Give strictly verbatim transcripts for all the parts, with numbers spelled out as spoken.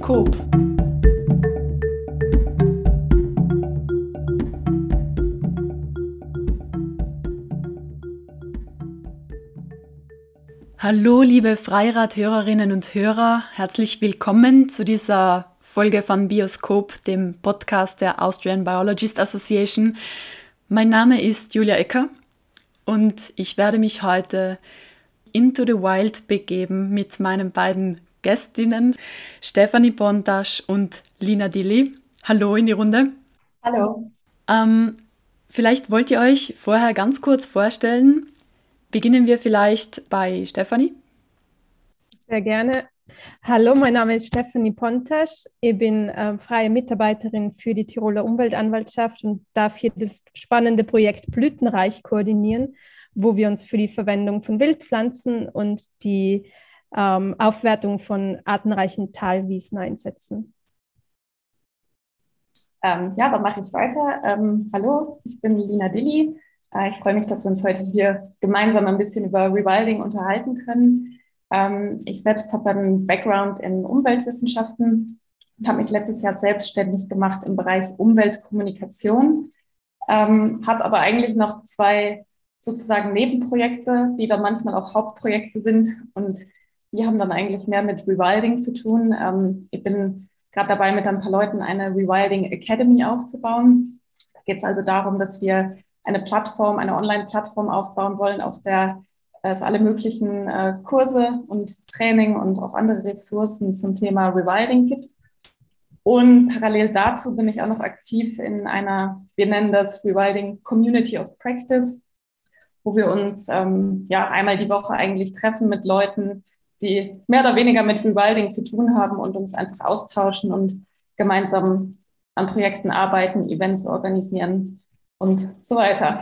Bioskop. Hallo liebe Freirad-Hörerinnen und Hörer, herzlich willkommen zu dieser Folge von Bioskop, dem Podcast der Austrian Biologist Association. Mein Name ist Julia Ecker und ich werde mich heute into the wild begeben mit meinen beiden Gästinnen, Stefanie Pontasch und Lina Dilli. Hallo in die Runde. Hallo. Ähm, vielleicht wollt ihr euch vorher ganz kurz vorstellen. Beginnen wir vielleicht bei Stefanie. Sehr gerne. Hallo, mein Name ist Stefanie Pontasch. Ich bin äh, freie Mitarbeiterin für die Tiroler Umweltanwaltschaft und darf hier das spannende Projekt Blütenreich koordinieren, wo wir uns für die Verwendung von Wildpflanzen und die ähm, Aufwertung von artenreichen Talwiesen einsetzen. Ähm, ja, dann mache ich weiter. Ähm, hallo, ich bin Lina Dilli. Äh, ich freue mich, dass wir uns heute hier gemeinsam ein bisschen über Rewilding unterhalten können. Ähm, ich selbst habe einen Background in Umweltwissenschaften und habe mich letztes Jahr selbstständig gemacht im Bereich Umweltkommunikation. Ähm, habe aber eigentlich noch zwei sozusagen Nebenprojekte, die dann manchmal auch Hauptprojekte sind. Und die haben dann eigentlich mehr mit Rewilding zu tun. Ähm, ich bin gerade dabei, mit ein paar Leuten eine Rewilding Academy aufzubauen. Da geht es also darum, dass wir eine Plattform, eine Online-Plattform aufbauen wollen, auf der es alle möglichen äh, Kurse und Training und auch andere Ressourcen zum Thema Rewilding gibt. Und parallel dazu bin ich auch noch aktiv in einer, wir nennen das Rewilding Community of Practice, wo wir uns ähm, ja einmal die Woche eigentlich treffen mit Leuten, die mehr oder weniger mit Rewilding zu tun haben und uns einfach austauschen und gemeinsam an Projekten arbeiten, Events organisieren und so weiter.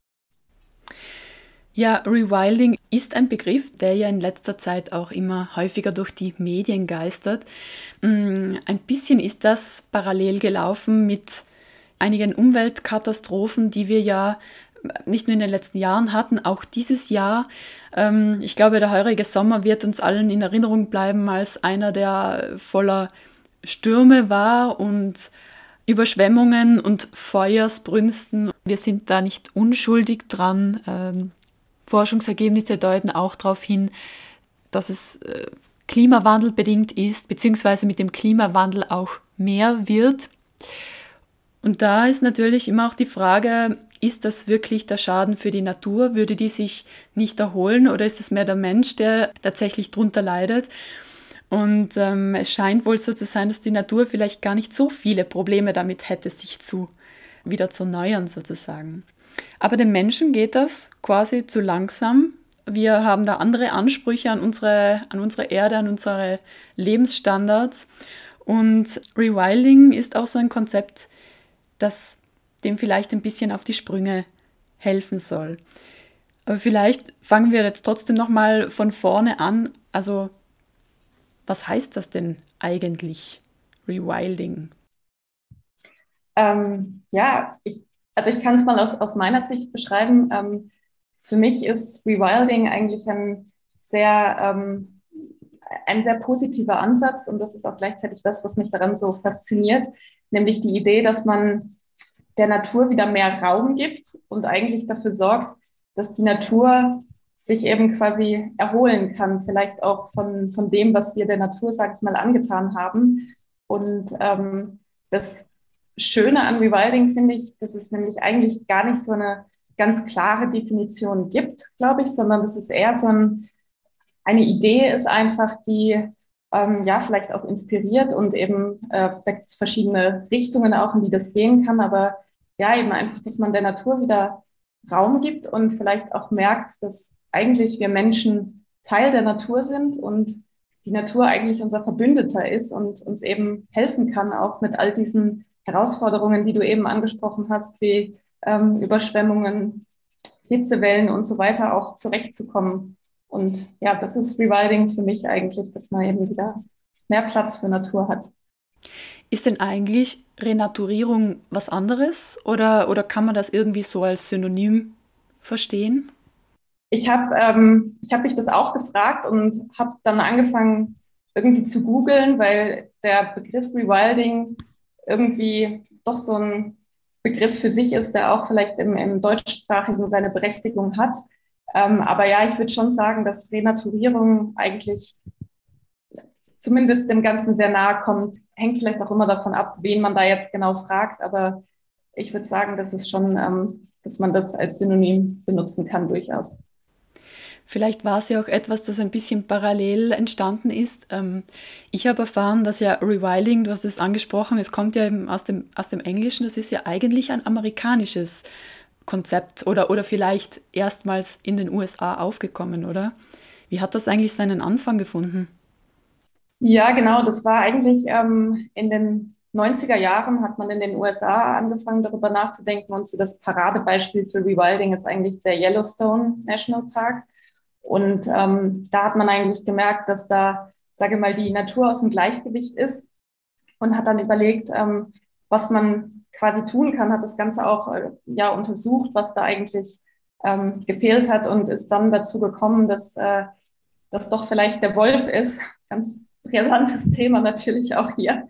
Ja, Rewilding ist ein Begriff, der ja in letzter Zeit auch immer häufiger durch die Medien geistert. Ein bisschen ist das parallel gelaufen mit einigen Umweltkatastrophen, die wir ja nicht nur in den letzten Jahren hatten, auch dieses Jahr. Ich glaube, der heurige Sommer wird uns allen in Erinnerung bleiben als einer, der voller Stürme war und Überschwemmungen und Feuersbrünsten. Wir sind da nicht unschuldig dran. Forschungsergebnisse deuten auch darauf hin, dass es äh, klimawandelbedingt ist, beziehungsweise mit dem Klimawandel auch mehr wird. Und da ist natürlich immer auch die Frage, ist das wirklich der Schaden für die Natur? Würde die sich nicht erholen oder ist es mehr der Mensch, der tatsächlich drunter leidet? Und ähm, es scheint wohl so zu sein, dass die Natur vielleicht gar nicht so viele Probleme damit hätte, sich zu, wieder zu erneuern sozusagen. Aber den Menschen geht das quasi zu langsam. Wir haben da andere Ansprüche an unsere, an unsere Erde, an unsere Lebensstandards. Und Rewilding ist auch so ein Konzept, das dem vielleicht ein bisschen auf die Sprünge helfen soll. Aber vielleicht fangen wir jetzt trotzdem nochmal von vorne an. Also, was heißt das denn eigentlich, Rewilding? Ähm, ja, ich Also ich kann es mal aus, aus meiner Sicht beschreiben. Ähm, für mich ist Rewilding eigentlich ein sehr, ähm, ein sehr positiver Ansatz und das ist auch gleichzeitig das, was mich daran so fasziniert, nämlich die Idee, dass man der Natur wieder mehr Raum gibt und eigentlich dafür sorgt, dass die Natur sich eben quasi erholen kann, vielleicht auch von, von dem, was wir der Natur, sag ich mal, angetan haben. Und ähm, das Schöne an Rewilding finde ich, dass es nämlich eigentlich gar nicht so eine ganz klare Definition gibt, glaube ich, sondern dass es eher so ein, eine Idee ist einfach, die ähm, ja vielleicht auch inspiriert und eben äh, da gibt es verschiedene Richtungen auch, in die das gehen kann, aber ja eben einfach, dass man der Natur wieder Raum gibt und vielleicht auch merkt, dass eigentlich wir Menschen Teil der Natur sind und die Natur eigentlich unser Verbündeter ist und uns eben helfen kann, auch mit all diesen Herausforderungen, die du eben angesprochen hast, wie ähm, Überschwemmungen, Hitzewellen und so weiter auch zurechtzukommen. Und ja, das ist Rewilding für mich eigentlich, dass man eben wieder mehr Platz für Natur hat. Ist denn eigentlich Renaturierung was anderes oder, oder kann man das irgendwie so als Synonym verstehen? Ich habe ähm, ich hab mich das auch gefragt und habe dann angefangen, irgendwie zu googeln, weil der Begriff Rewilding irgendwie doch so ein Begriff für sich ist, der auch vielleicht im, im Deutschsprachigen seine Berechtigung hat. Ähm, aber ja, ich würde schon sagen, dass Renaturierung eigentlich zumindest dem Ganzen sehr nahe kommt. Hängt vielleicht auch immer davon ab, wen man da jetzt genau fragt. Aber ich würde sagen, dass es schon, ähm, dass man das als Synonym benutzen kann durchaus. Vielleicht war es ja auch etwas, das ein bisschen parallel entstanden ist. Ähm, ich habe erfahren, dass ja Rewilding, du hast es angesprochen, es kommt ja eben aus dem, aus dem Englischen, das ist ja eigentlich ein amerikanisches Konzept oder, oder vielleicht erstmals in den U S A aufgekommen, oder? Wie hat das eigentlich seinen Anfang gefunden? Ja, genau, das war eigentlich ähm, in den neunziger Jahren hat man in den U S A angefangen, darüber nachzudenken und so das Paradebeispiel für Rewilding ist eigentlich der Yellowstone National Park. Und ähm, da hat man eigentlich gemerkt, dass da, sage mal, die Natur aus dem Gleichgewicht ist und hat dann überlegt, ähm, was man quasi tun kann, hat das Ganze auch äh, ja untersucht, was da eigentlich ähm, gefehlt hat und ist dann dazu gekommen, dass äh, das doch vielleicht der Wolf ist. Ganz brisantes Thema natürlich auch hier.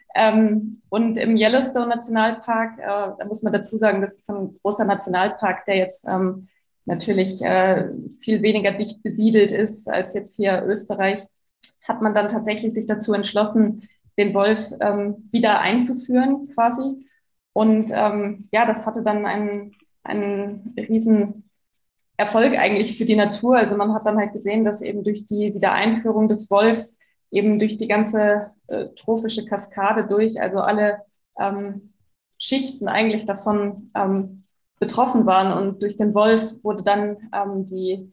Ähm, und im Yellowstone Nationalpark, äh, da muss man dazu sagen, das ist ein großer Nationalpark, der jetzt ähm, natürlich äh, viel weniger dicht besiedelt ist als jetzt hier Österreich, hat man dann tatsächlich sich dazu entschlossen, den Wolf ähm, wieder einzuführen quasi. Und ähm, ja, das hatte dann einen, einen riesen Erfolg eigentlich für die Natur. Also man hat dann halt gesehen, dass eben durch die Wiedereinführung des Wolfs eben durch die ganze äh, trophische Kaskade durch, also alle ähm, Schichten eigentlich davon ähm, betroffen waren. Und durch den Wolf wurde dann ähm, die,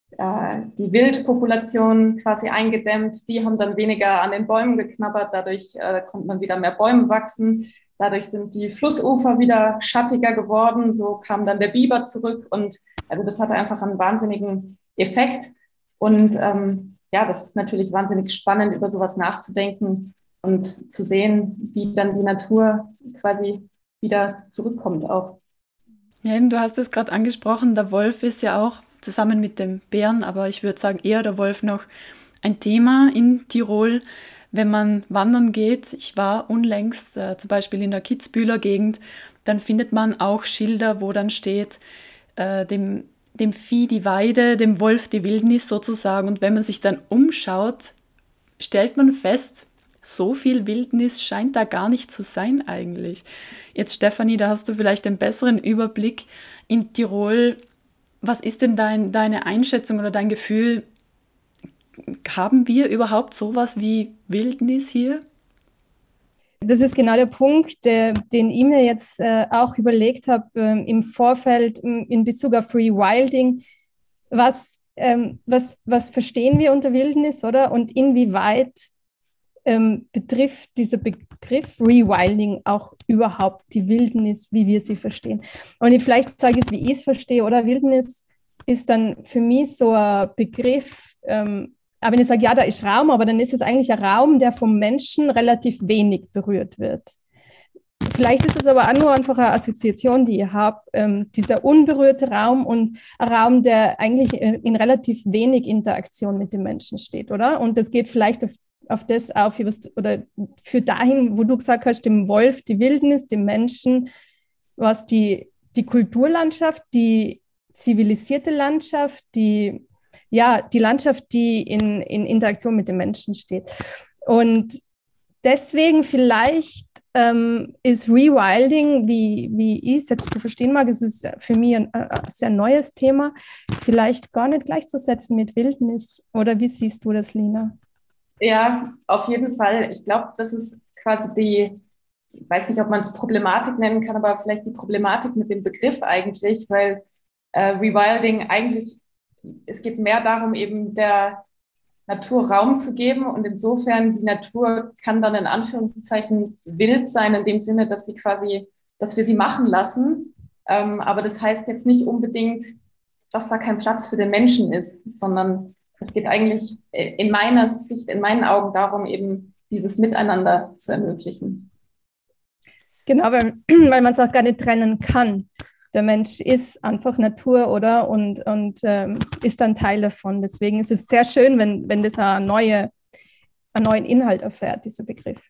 äh, die Wildpopulation quasi eingedämmt. Die haben dann weniger an den Bäumen geknabbert. Dadurch äh, konnte man wieder mehr Bäume wachsen. Dadurch sind die Flussufer wieder schattiger geworden. So kam dann der Biber zurück. Und also das hatte einfach einen wahnsinnigen Effekt. Und ähm, ja, das ist natürlich wahnsinnig spannend, über sowas nachzudenken und zu sehen, wie dann die Natur quasi wieder zurückkommt auch. Ja, eben, du hast es gerade angesprochen, der Wolf ist ja auch zusammen mit dem Bären, aber ich würde sagen eher der Wolf noch ein Thema in Tirol, wenn man wandern geht. Ich war unlängst äh, zum Beispiel in der Kitzbüheler Gegend, dann findet man auch Schilder, wo dann steht, äh, dem dem Vieh die Weide, dem Wolf die Wildnis sozusagen. Und wenn man sich dann umschaut, stellt man fest, so viel Wildnis scheint da gar nicht zu sein eigentlich. Jetzt, Stefanie, da hast du vielleicht einen besseren Überblick in Tirol. Was ist denn dein, deine Einschätzung oder dein Gefühl? Haben wir überhaupt sowas wie Wildnis hier? Das ist genau der Punkt, der, den ich mir jetzt äh, auch überlegt habe äh, im Vorfeld in Bezug auf Rewilding. Was, ähm, was, was verstehen wir unter Wildnis, oder? Und inwieweit ähm, betrifft dieser Begriff Rewilding auch überhaupt die Wildnis, wie wir sie verstehen? Und ich vielleicht sage ich es, wie ich es verstehe, oder? Wildnis ist dann für mich so ein Begriff, ähm, aber wenn ich sage, ja, da ist Raum, aber dann ist es eigentlich ein Raum, der vom Menschen relativ wenig berührt wird. Vielleicht ist es aber auch nur einfach eine Assoziation, die ich habe, ähm, dieser unberührte Raum und ein Raum, der eigentlich in relativ wenig Interaktion mit dem Menschen steht, oder? Und das geht vielleicht auf, auf das auf, oder für dahin, wo du gesagt hast, dem Wolf, die Wildnis, dem Menschen, was die, die Kulturlandschaft, die zivilisierte Landschaft, die ja, die Landschaft, die in, in Interaktion mit den Menschen steht. Und deswegen vielleicht ähm, ist Rewilding, wie, wie ich es jetzt zu verstehen mag, es ist für mich ein, ein sehr neues Thema, vielleicht gar nicht gleichzusetzen mit Wildnis. Oder wie siehst du das, Lina? Ja, auf jeden Fall. Ich glaube, das ist quasi die, ich weiß nicht, ob man es Problematik nennen kann, aber vielleicht die Problematik mit dem Begriff eigentlich, weil äh, Rewilding eigentlich es geht mehr darum, eben der Natur Raum zu geben und insofern die Natur kann dann in Anführungszeichen wild sein, in dem Sinne, dass sie quasi, dass wir sie machen lassen. Ähm, aber das heißt jetzt nicht unbedingt, dass da kein Platz für den Menschen ist, sondern es geht eigentlich in meiner Sicht, in meinen Augen darum, eben dieses Miteinander zu ermöglichen. Genau, weil, weil man es auch gar nicht trennen kann. Der Mensch ist einfach Natur, oder? Und, und ähm, ist dann Teil davon. Deswegen ist es sehr schön, wenn, wenn das eine neue einen neuen Inhalt erfährt, dieser Begriff.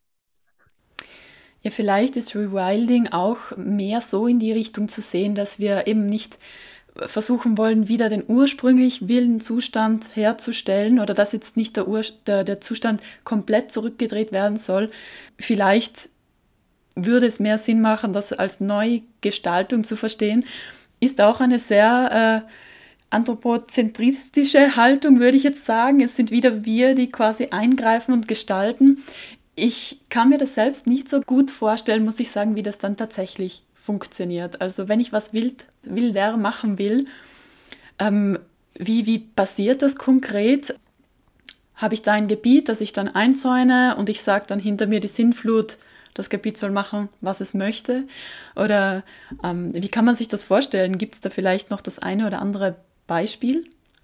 Ja, vielleicht ist Rewilding auch mehr so in die Richtung zu sehen, dass wir eben nicht versuchen wollen, wieder den ursprünglich wilden Zustand herzustellen oder dass jetzt nicht der, Ur- der, der Zustand komplett zurückgedreht werden soll. Vielleicht würde es mehr Sinn machen, das als Neugestaltung zu verstehen. Ist auch eine sehr äh, anthropozentristische Haltung, würde ich jetzt sagen. Es sind wieder wir, die quasi eingreifen und gestalten. Ich kann mir das selbst nicht so gut vorstellen, muss ich sagen, wie das dann tatsächlich funktioniert. Also wenn ich was wild, wilder machen will, ähm, wie, wie passiert das konkret? Habe ich da ein Gebiet, das ich dann einzäune und ich sage dann hinter mir die Sintflut, das Gebiet soll machen, was es möchte? Oder ähm, wie kann man sich das vorstellen? Gibt es da vielleicht noch das eine oder andere Beispiel?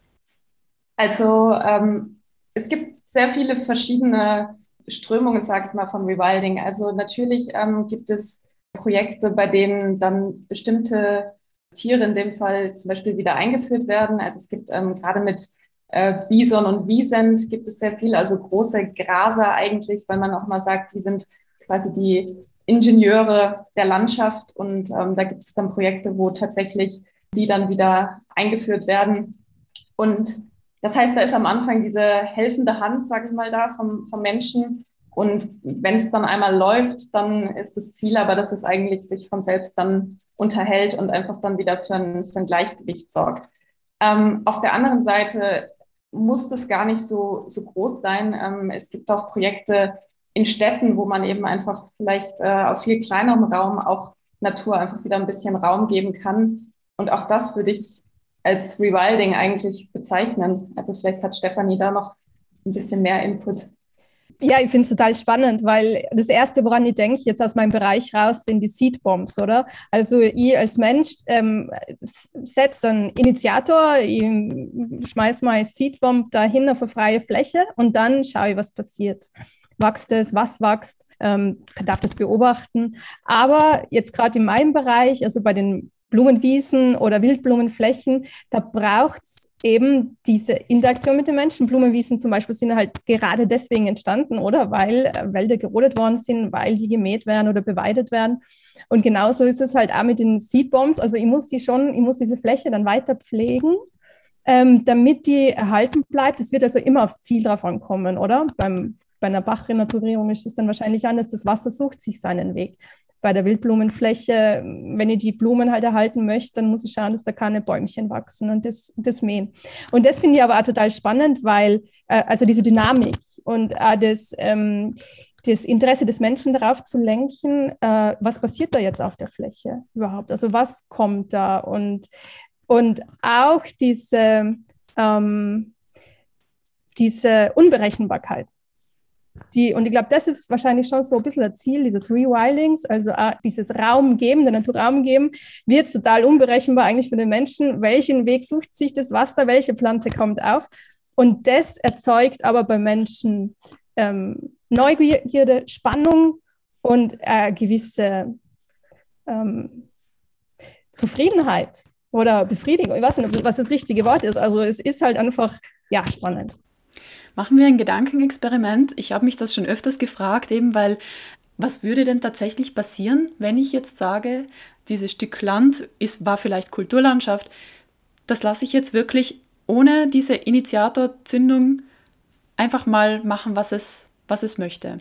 Also ähm, es gibt sehr viele verschiedene Strömungen, sage ich mal, von Rewilding. Also natürlich ähm, gibt es Projekte, bei denen dann bestimmte Tiere in dem Fall zum Beispiel wieder eingeführt werden. Also es gibt ähm, gerade mit äh, Bison und Wiesent gibt es sehr viel, also große Graser eigentlich, weil man auch mal sagt, die sind quasi die Ingenieure der Landschaft und ähm, da gibt es dann Projekte, wo tatsächlich die dann wieder eingeführt werden. Und das heißt, da ist am Anfang diese helfende Hand, sage ich mal, da vom, vom Menschen. Und wenn es dann einmal läuft, dann ist das Ziel aber, dass es eigentlich sich von selbst dann unterhält und einfach dann wieder für ein, für ein Gleichgewicht sorgt. Ähm, auf der anderen Seite muss das gar nicht so, so groß sein. Ähm, es gibt auch Projekte in Städten, wo man eben einfach vielleicht äh, auf viel kleinerem Raum auch Natur einfach wieder ein bisschen Raum geben kann. Und auch das würde ich als Rewilding eigentlich bezeichnen. Also vielleicht hat Stefanie da noch ein bisschen mehr Input. Ja, ich finde es total spannend, weil das Erste, woran ich denke, jetzt aus meinem Bereich raus, sind die Seedbombs, oder? Also ich als Mensch ähm, setze einen Initiator, ich schmeiße mal eine Seedbomb dahin auf eine freie Fläche und dann schaue ich, was passiert. Wächst es, was wächst, ähm, darf das beobachten. Aber jetzt gerade in meinem Bereich, also bei den Blumenwiesen oder Wildblumenflächen, da braucht es eben diese Interaktion mit den Menschen. Blumenwiesen zum Beispiel sind halt gerade deswegen entstanden, oder? Weil äh, Wälder gerodet worden sind, weil die gemäht werden oder beweidet werden. Und genauso ist es halt auch mit den Seedbombs. Also ich muss die schon, ich muss diese Fläche dann weiter pflegen, ähm, damit die erhalten bleibt. Es wird also immer aufs Ziel drauf ankommen, oder? Beim, bei einer Bachrenaturierung ist es dann wahrscheinlich anders. Das Wasser sucht sich seinen Weg. Bei der Wildblumenfläche, wenn ich die Blumen halt erhalten möchte, dann muss ich schauen, dass da keine Bäumchen wachsen und das, das mähen. Und das finde ich aber auch total spannend, weil, äh, also diese Dynamik und auch das, ähm, das Interesse des Menschen darauf zu lenken, äh, was passiert da jetzt auf der Fläche überhaupt? Also was kommt da? Und, und auch diese, ähm, diese Unberechenbarkeit. Die, und ich glaube, das ist wahrscheinlich schon so ein bisschen das Ziel dieses Rewildings, also äh, dieses Raum geben, der Natur Raum geben, wird total unberechenbar eigentlich für den Menschen. Welchen Weg sucht sich das Wasser, welche Pflanze kommt auf? Und das erzeugt aber bei Menschen ähm, Neugierde, Spannung und äh, gewisse ähm, Zufriedenheit oder Befriedigung. Ich weiß nicht, was das richtige Wort ist. Also es ist halt einfach, ja, spannend. Machen wir ein Gedankenexperiment. Ich habe mich das schon öfters gefragt, eben weil, was würde denn tatsächlich passieren, wenn ich jetzt sage, dieses Stück Land ist, war vielleicht Kulturlandschaft, das lasse ich jetzt wirklich ohne diese Initiatorzündung einfach mal machen, was es, was es möchte.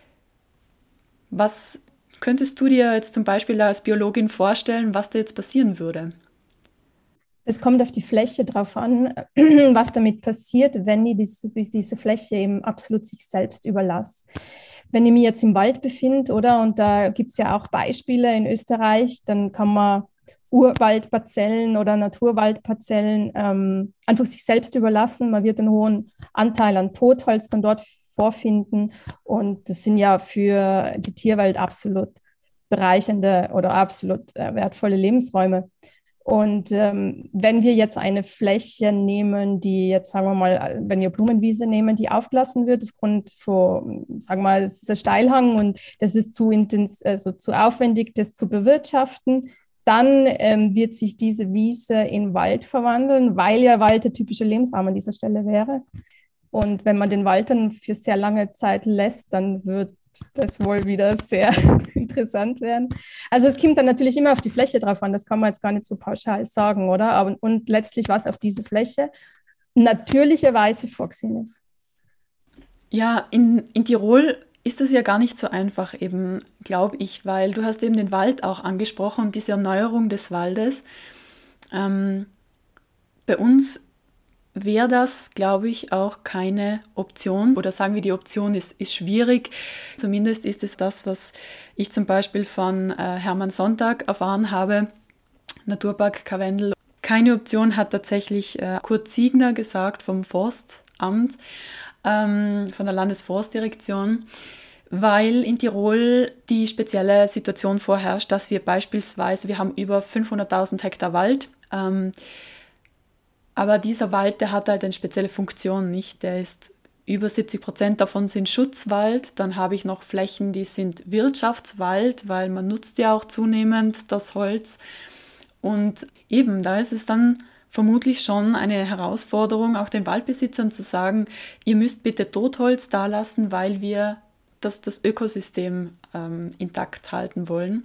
Was könntest du dir jetzt zum Beispiel als Biologin vorstellen, was da jetzt passieren würde? Es kommt auf die Fläche drauf an, was damit passiert, wenn ich diese, diese Fläche eben absolut sich selbst überlasse. Wenn ich mich jetzt im Wald befinde, oder, und da gibt es ja auch Beispiele in Österreich, dann kann man Urwaldparzellen oder Naturwaldparzellen ähm, einfach sich selbst überlassen. Man wird einen hohen Anteil an Totholz dann dort vorfinden und das sind ja für die Tierwelt absolut bereichernde oder absolut äh, wertvolle Lebensräume. Und ähm, wenn wir jetzt eine Fläche nehmen, die jetzt, sagen wir mal, wenn wir Blumenwiese nehmen, die aufgelassen wird aufgrund von, sagen wir mal, es ist ein Steilhang und das ist zu intens, also zu aufwendig, das zu bewirtschaften, dann ähm, wird sich diese Wiese in Wald verwandeln, weil ja Wald der typische Lebensraum an dieser Stelle wäre. Und wenn man den Wald dann für sehr lange Zeit lässt, dann wird das wohl wieder sehr interessant werden. Also es kommt dann natürlich immer auf die Fläche drauf an, das kann man jetzt gar nicht so pauschal sagen, oder? Aber, und letztlich, was auf diese Fläche natürlicherweise vorgesehen ist. Ja, in, in Tirol ist es ja gar nicht so einfach eben, glaube ich, weil du hast eben den Wald auch angesprochen und diese Erneuerung des Waldes. Ähm, bei uns wäre das, glaube ich, auch keine Option. Oder sagen wir, die Option ist, ist schwierig. Zumindest ist es das, was ich zum Beispiel von äh, Hermann Sonntag erfahren habe, Naturpark Karwendel. Keine Option hat tatsächlich äh, Kurt Ziegner gesagt vom Forstamt, ähm, von der Landesforstdirektion, weil in Tirol die spezielle Situation vorherrscht, dass wir beispielsweise, wir haben über fünfhunderttausend Hektar Wald, ähm, aber dieser Wald, der hat halt eine spezielle Funktion nicht. Der ist, über siebzig Prozent davon sind Schutzwald. Dann habe ich noch Flächen, die sind Wirtschaftswald, weil man nutzt ja auch zunehmend das Holz. Und eben, da ist es dann vermutlich schon eine Herausforderung, auch den Waldbesitzern zu sagen, ihr müsst bitte Totholz da lassen, weil wir das, das Ökosystem ähm, intakt halten wollen.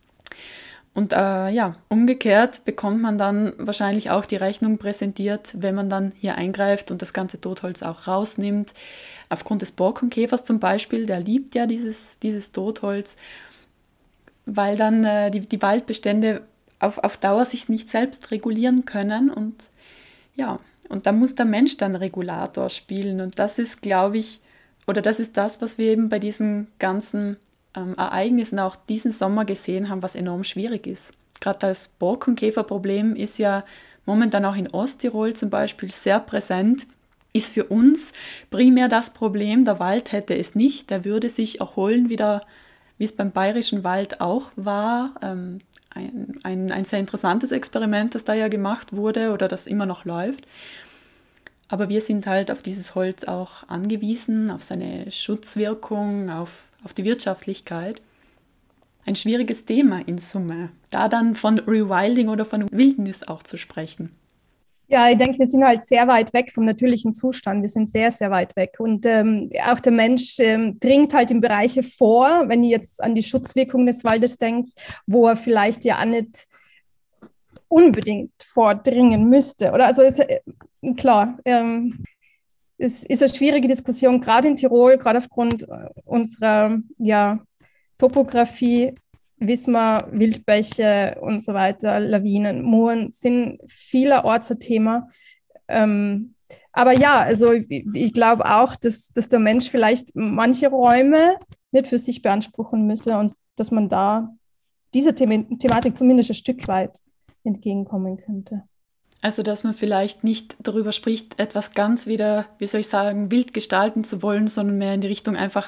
Und äh, ja, umgekehrt bekommt man dann wahrscheinlich auch die Rechnung präsentiert, wenn man dann hier eingreift und das ganze Totholz auch rausnimmt. Aufgrund des Borkenkäfers zum Beispiel, der liebt ja dieses, dieses Totholz, weil dann äh, die, die Waldbestände auf, auf Dauer sich nicht selbst regulieren können. Und ja, und da muss der Mensch dann Regulator spielen. Und das ist, glaube ich, oder das ist das, was wir eben bei diesen ganzen Ähm, Ereignissen auch diesen Sommer gesehen haben, was enorm schwierig ist. Gerade das Borkenkäferproblem ist ja momentan auch in Osttirol zum Beispiel sehr präsent, ist für uns primär das Problem, der Wald hätte es nicht, der würde sich erholen wieder, wie es beim Bayerischen Wald auch war. Ähm, ein, ein, ein sehr interessantes Experiment, das da ja gemacht wurde oder das immer noch läuft. Aber wir sind halt auf dieses Holz auch angewiesen, auf seine Schutzwirkung, auf auf die Wirtschaftlichkeit. Ein schwieriges Thema in Summe, da dann von Rewilding oder von Wildnis auch zu sprechen. Ja, ich denke, wir sind halt sehr weit weg vom natürlichen Zustand. Wir sind sehr, sehr weit weg. Und ähm, auch der Mensch ähm, dringt halt in Bereiche vor, wenn ich jetzt an die Schutzwirkung des Waldes denke, wo er vielleicht ja auch nicht unbedingt vordringen müsste. Oder also ist, äh, klar, ähm, es ist eine schwierige Diskussion, gerade in Tirol, gerade aufgrund unserer ja, Topografie, wissen wir, Wildbäche und so weiter, Lawinen, Mooren sind vielerorts ein Thema. Ähm, aber ja, also ich, ich glaube auch, dass, dass der Mensch vielleicht manche Räume nicht für sich beanspruchen müsste und dass man da dieser The- Thematik zumindest ein Stück weit entgegenkommen könnte. Also, dass man vielleicht nicht darüber spricht, etwas ganz wieder, wie soll ich sagen, wild gestalten zu wollen, sondern mehr in die Richtung einfach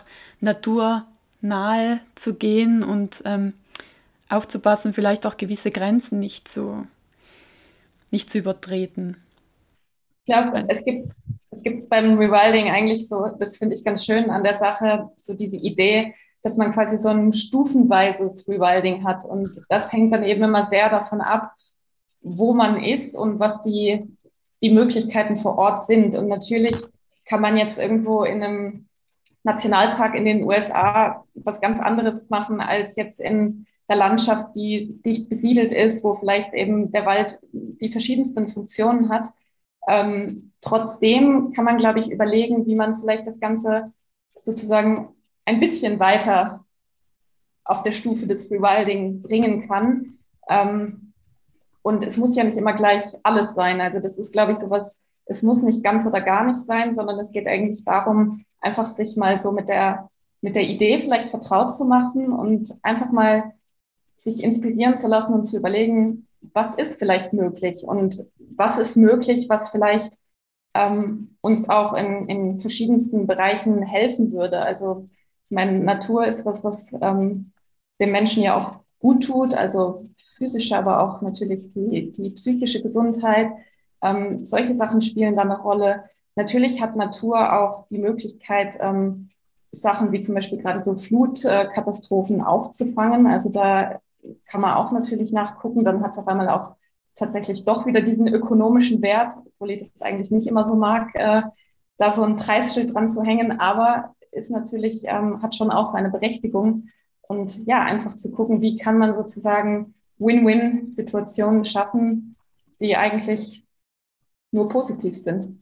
naturnahe zu gehen und ähm, aufzupassen, vielleicht auch gewisse Grenzen nicht zu, nicht zu übertreten. Ich glaube, es gibt, es gibt beim Rewilding eigentlich so, das finde ich ganz schön an der Sache, so diese Idee, dass man quasi so ein stufenweises Rewilding hat. Und das hängt dann eben immer sehr davon ab, wo man ist und was die, die Möglichkeiten vor Ort sind. Und natürlich kann man jetzt irgendwo in einem Nationalpark in den U S A was ganz anderes machen als jetzt in der Landschaft, die dicht besiedelt ist, wo vielleicht eben der Wald die verschiedensten Funktionen hat. Ähm, trotzdem kann man, glaube ich, überlegen, wie man vielleicht das Ganze sozusagen ein bisschen weiter auf der Stufe des Rewilding bringen kann. Ähm, Und es muss ja nicht immer gleich alles sein. Also das ist, glaube ich, sowas, es muss nicht ganz oder gar nicht sein, sondern es geht eigentlich darum, einfach sich mal so mit der, mit der Idee vielleicht vertraut zu machen und einfach mal sich inspirieren zu lassen und zu überlegen, was ist vielleicht möglich und was ist möglich, was vielleicht ähm, uns auch in, in verschiedensten Bereichen helfen würde. Also ich meine, Natur ist was, was ähm, dem Menschen ja auch gut tut, also physische, aber auch natürlich die, die psychische Gesundheit. Ähm, solche Sachen spielen da eine Rolle. Natürlich hat Natur auch die Möglichkeit, ähm, Sachen wie zum Beispiel gerade so Flutkatastrophen aufzufangen. Also da kann man auch natürlich nachgucken. Dann hat es auf einmal auch tatsächlich doch wieder diesen ökonomischen Wert, obwohl ich das eigentlich nicht immer so mag, äh, da so ein Preisschild dran zu hängen, aber ist natürlich, ähm, hat schon auch seine Berechtigung. Und ja, einfach zu gucken, wie kann man sozusagen Win-Win-Situationen schaffen, die eigentlich nur positiv sind.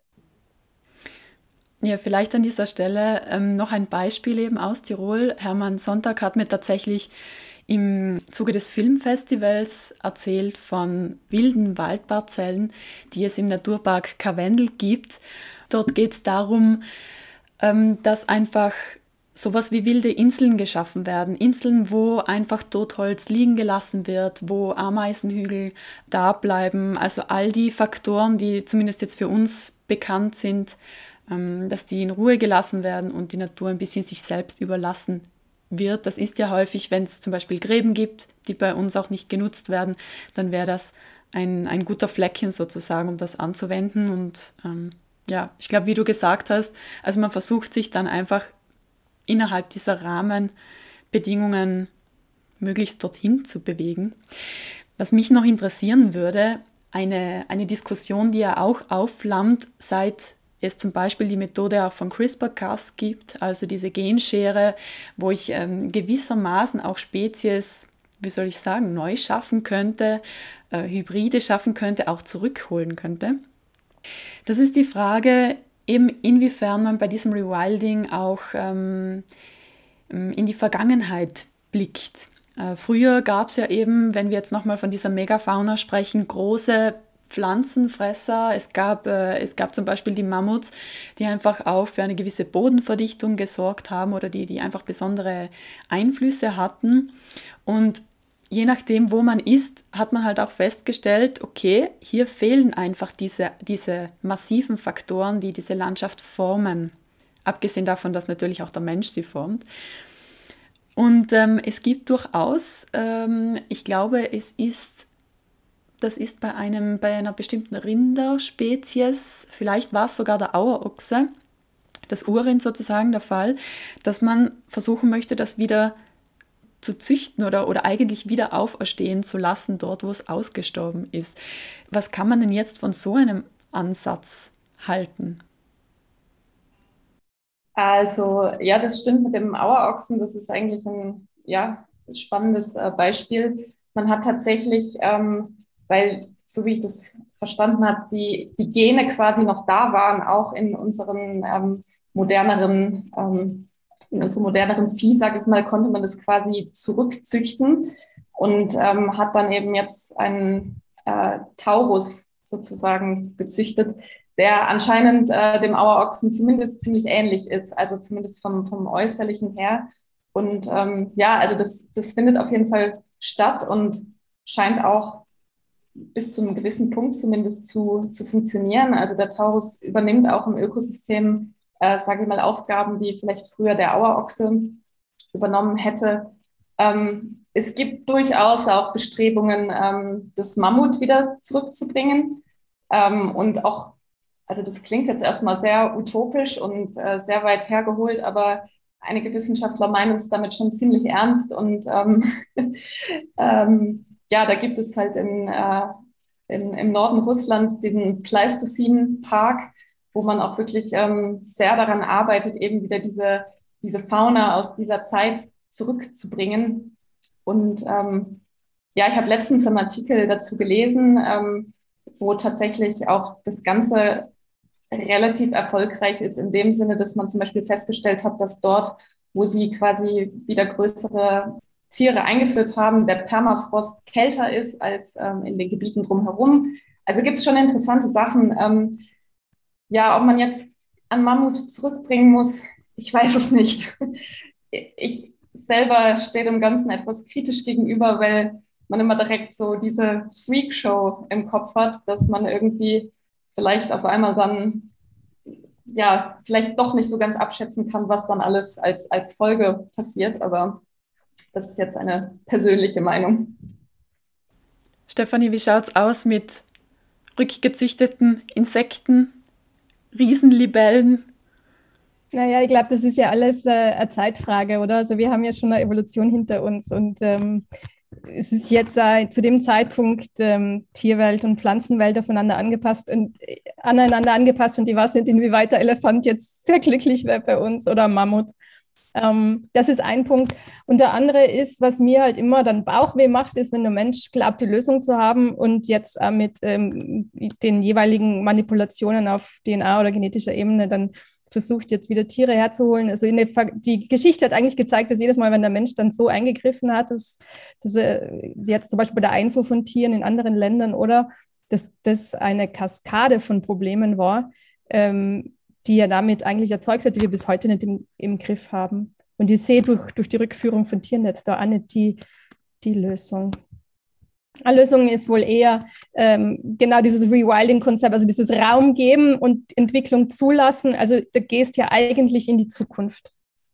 Ja, vielleicht an dieser Stelle ähm, noch ein Beispiel eben aus Tirol. Hermann Sonntag hat mir tatsächlich im Zuge des Filmfestivals erzählt von wilden Waldparzellen, die es im Naturpark Karwendel gibt. Dort geht es darum, ähm, dass einfach sowas wie wilde Inseln geschaffen werden. Inseln, wo einfach Totholz liegen gelassen wird, wo Ameisenhügel da bleiben. Also all die Faktoren, die zumindest jetzt für uns bekannt sind, ähm, dass die in Ruhe gelassen werden und die Natur ein bisschen sich selbst überlassen wird. Das ist ja häufig, wenn es zum Beispiel Gräben gibt, die bei uns auch nicht genutzt werden, dann wäre das ein, ein guter Fleckchen sozusagen, um das anzuwenden. Und ähm, ja, ich glaube, wie du gesagt hast, also man versucht sich dann einfach innerhalb dieser Rahmenbedingungen möglichst dorthin zu bewegen. Was mich noch interessieren würde, eine, eine Diskussion, die ja auch aufflammt, seit es zum Beispiel die Methode auch von CRISPR-Cas gibt, also diese Genschere, wo ich ähm, gewissermaßen auch Spezies, wie soll ich sagen, neu schaffen könnte, äh, Hybride schaffen könnte, auch zurückholen könnte. Das ist die Frage, eben inwiefern man bei diesem Rewilding auch ähm, in die Vergangenheit blickt. Äh, früher gab es ja eben, wenn wir jetzt nochmal von dieser Megafauna sprechen, große Pflanzenfresser. Es gab, äh, es gab zum Beispiel die Mammuts, die einfach auch für eine gewisse Bodenverdichtung gesorgt haben oder die, die einfach besondere Einflüsse hatten. Und je nachdem, wo man ist, hat man halt auch festgestellt, okay, hier fehlen einfach diese, diese massiven Faktoren, die diese Landschaft formen. Abgesehen davon, dass natürlich auch der Mensch sie formt. Und ähm, es gibt durchaus, ähm, ich glaube, es ist, das ist bei, einem, bei einer bestimmten Rinderspezies, vielleicht war es sogar der Auerochse, das Urrind sozusagen der Fall, dass man versuchen möchte, das wieder zu züchten oder, oder eigentlich wieder auferstehen zu lassen, dort, wo es ausgestorben ist. Was kann man denn jetzt von so einem Ansatz halten? Also ja, das stimmt mit dem Auerochsen. Das ist eigentlich ein ja, spannendes äh, Beispiel. Man hat tatsächlich, ähm, weil, so wie ich das verstanden habe, die, die Gene quasi noch da waren, auch in unseren ähm, moderneren, ähm, in unserem moderneren Vieh, sage ich mal, konnte man das quasi zurückzüchten und ähm, hat dann eben jetzt einen äh, Taurus sozusagen gezüchtet, der anscheinend äh, dem Auerochsen zumindest ziemlich ähnlich ist, also zumindest vom, vom Äußerlichen her. Und ähm, ja, also das, das findet auf jeden Fall statt und scheint auch bis zu einem gewissen Punkt zumindest zu, zu funktionieren. Also der Taurus übernimmt auch im Ökosystem, äh, sage ich mal, Aufgaben, die vielleicht früher der Auerochse übernommen hätte. Ähm, es gibt durchaus auch Bestrebungen, ähm, das Mammut wieder zurückzubringen ähm, und auch also das klingt jetzt erstmal sehr utopisch und äh, sehr weit hergeholt, aber einige Wissenschaftler meinen es damit schon ziemlich ernst. Und ähm, ähm, ja, da gibt es halt in, äh, in, im Norden Russlands diesen Pleistozin-Park, wo man auch wirklich ähm, sehr daran arbeitet, eben wieder diese, diese Fauna aus dieser Zeit zurückzubringen. Und ähm, ja, ich habe letztens einen Artikel dazu gelesen, ähm, wo tatsächlich auch das Ganze relativ erfolgreich ist in dem Sinne, dass man zum Beispiel festgestellt hat, dass dort, wo sie quasi wieder größere Tiere eingeführt haben, der Permafrost kälter ist als ähm, in den Gebieten drumherum. Also gibt es schon interessante Sachen. Ähm, ja, ob man jetzt an Mammut zurückbringen muss, ich weiß es nicht. Ich selber stehe dem Ganzen etwas kritisch gegenüber, weil man immer direkt so diese Freak-Show im Kopf hat, dass man irgendwie vielleicht auf einmal dann ja vielleicht doch nicht so ganz abschätzen kann, was dann alles als, als Folge passiert. Aber das ist jetzt eine persönliche Meinung. Stefanie, wie schaut es aus mit rückgezüchteten Insekten, Riesenlibellen? Naja, ich glaube, das ist ja alles äh, eine Zeitfrage, oder? Also wir haben ja schon eine Evolution hinter uns und ähm, es ist jetzt äh, zu dem Zeitpunkt ähm, Tierwelt und Pflanzenwelt aufeinander angepasst und äh, aneinander angepasst und ich weiß nicht, inwieweit der Elefant jetzt sehr glücklich wäre bei uns oder Mammut. Ähm, das ist ein Punkt. Und der andere ist, was mir halt immer dann Bauchweh macht, ist, wenn der Mensch glaubt, die Lösung zu haben und jetzt äh, mit ähm, den jeweiligen Manipulationen auf D N A oder genetischer Ebene dann versucht, jetzt wieder Tiere herzuholen. Also in der, die Geschichte hat eigentlich gezeigt, dass jedes Mal, wenn der Mensch dann so eingegriffen hat, dass, dass äh, jetzt zum Beispiel bei der Einfuhr von Tieren in anderen Ländern oder dass das eine Kaskade von Problemen war, ähm, die er damit eigentlich erzeugt hat, die wir bis heute nicht im, im Griff haben. Und ich sehe durch, durch die Rückführung von Tieren jetzt da auch nicht die, die Lösung. Eine Lösung ist wohl eher ähm, genau dieses Rewilding-Konzept, also dieses Raum geben und Entwicklung zulassen. Also da gehst ja eigentlich in die Zukunft.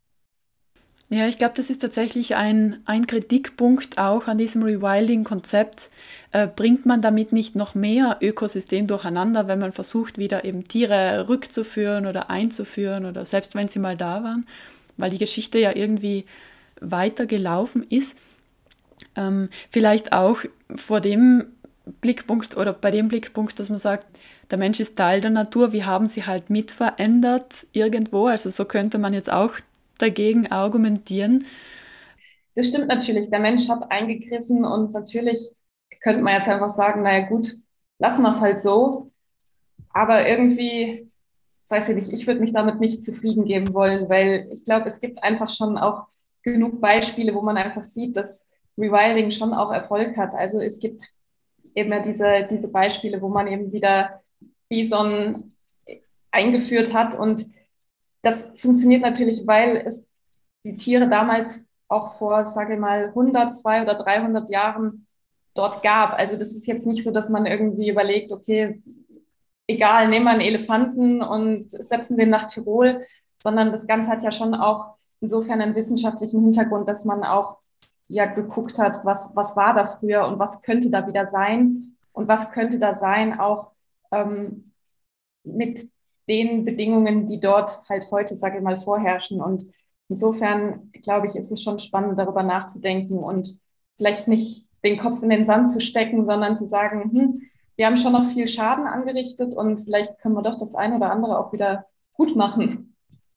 Ja, ich glaube, das ist tatsächlich ein, ein Kritikpunkt auch an diesem Rewilding-Konzept. Äh, bringt man damit nicht noch mehr Ökosystem durcheinander, wenn man versucht, wieder eben Tiere rückzuführen oder einzuführen oder selbst wenn sie mal da waren, weil die Geschichte ja irgendwie weitergelaufen ist. Ähm, vielleicht auch vor dem Blickpunkt oder bei dem Blickpunkt, dass man sagt, der Mensch ist Teil der Natur, wir haben sie halt mitverändert irgendwo, also so könnte man jetzt auch dagegen argumentieren. Das stimmt natürlich, der Mensch hat eingegriffen und natürlich könnte man jetzt einfach sagen, naja gut, lassen wir es halt so, aber irgendwie, weiß ich nicht, ich würde mich damit nicht zufrieden geben wollen, weil ich glaube, es gibt einfach schon auch genug Beispiele, wo man einfach sieht, dass Rewilding schon auch Erfolg hat. Also es gibt eben ja diese, diese Beispiele, wo man eben wieder Bison eingeführt hat und das funktioniert natürlich, weil es die Tiere damals auch vor, sage ich mal, hundert, zweihundert oder dreihundert Jahren dort gab. Also das ist jetzt nicht so, dass man irgendwie überlegt, okay, egal, nehmen wir einen Elefanten und setzen den nach Tirol, sondern das Ganze hat ja schon auch insofern einen wissenschaftlichen Hintergrund, dass man auch ja geguckt hat, was, was war da früher und was könnte da wieder sein und was könnte da sein, auch ähm, mit den Bedingungen, die dort halt heute, sage ich mal, vorherrschen. Und insofern, glaube ich, ist es schon spannend, darüber nachzudenken und vielleicht nicht den Kopf in den Sand zu stecken, sondern zu sagen, hm, wir haben schon noch viel Schaden angerichtet und vielleicht können wir doch das eine oder andere auch wieder gut machen.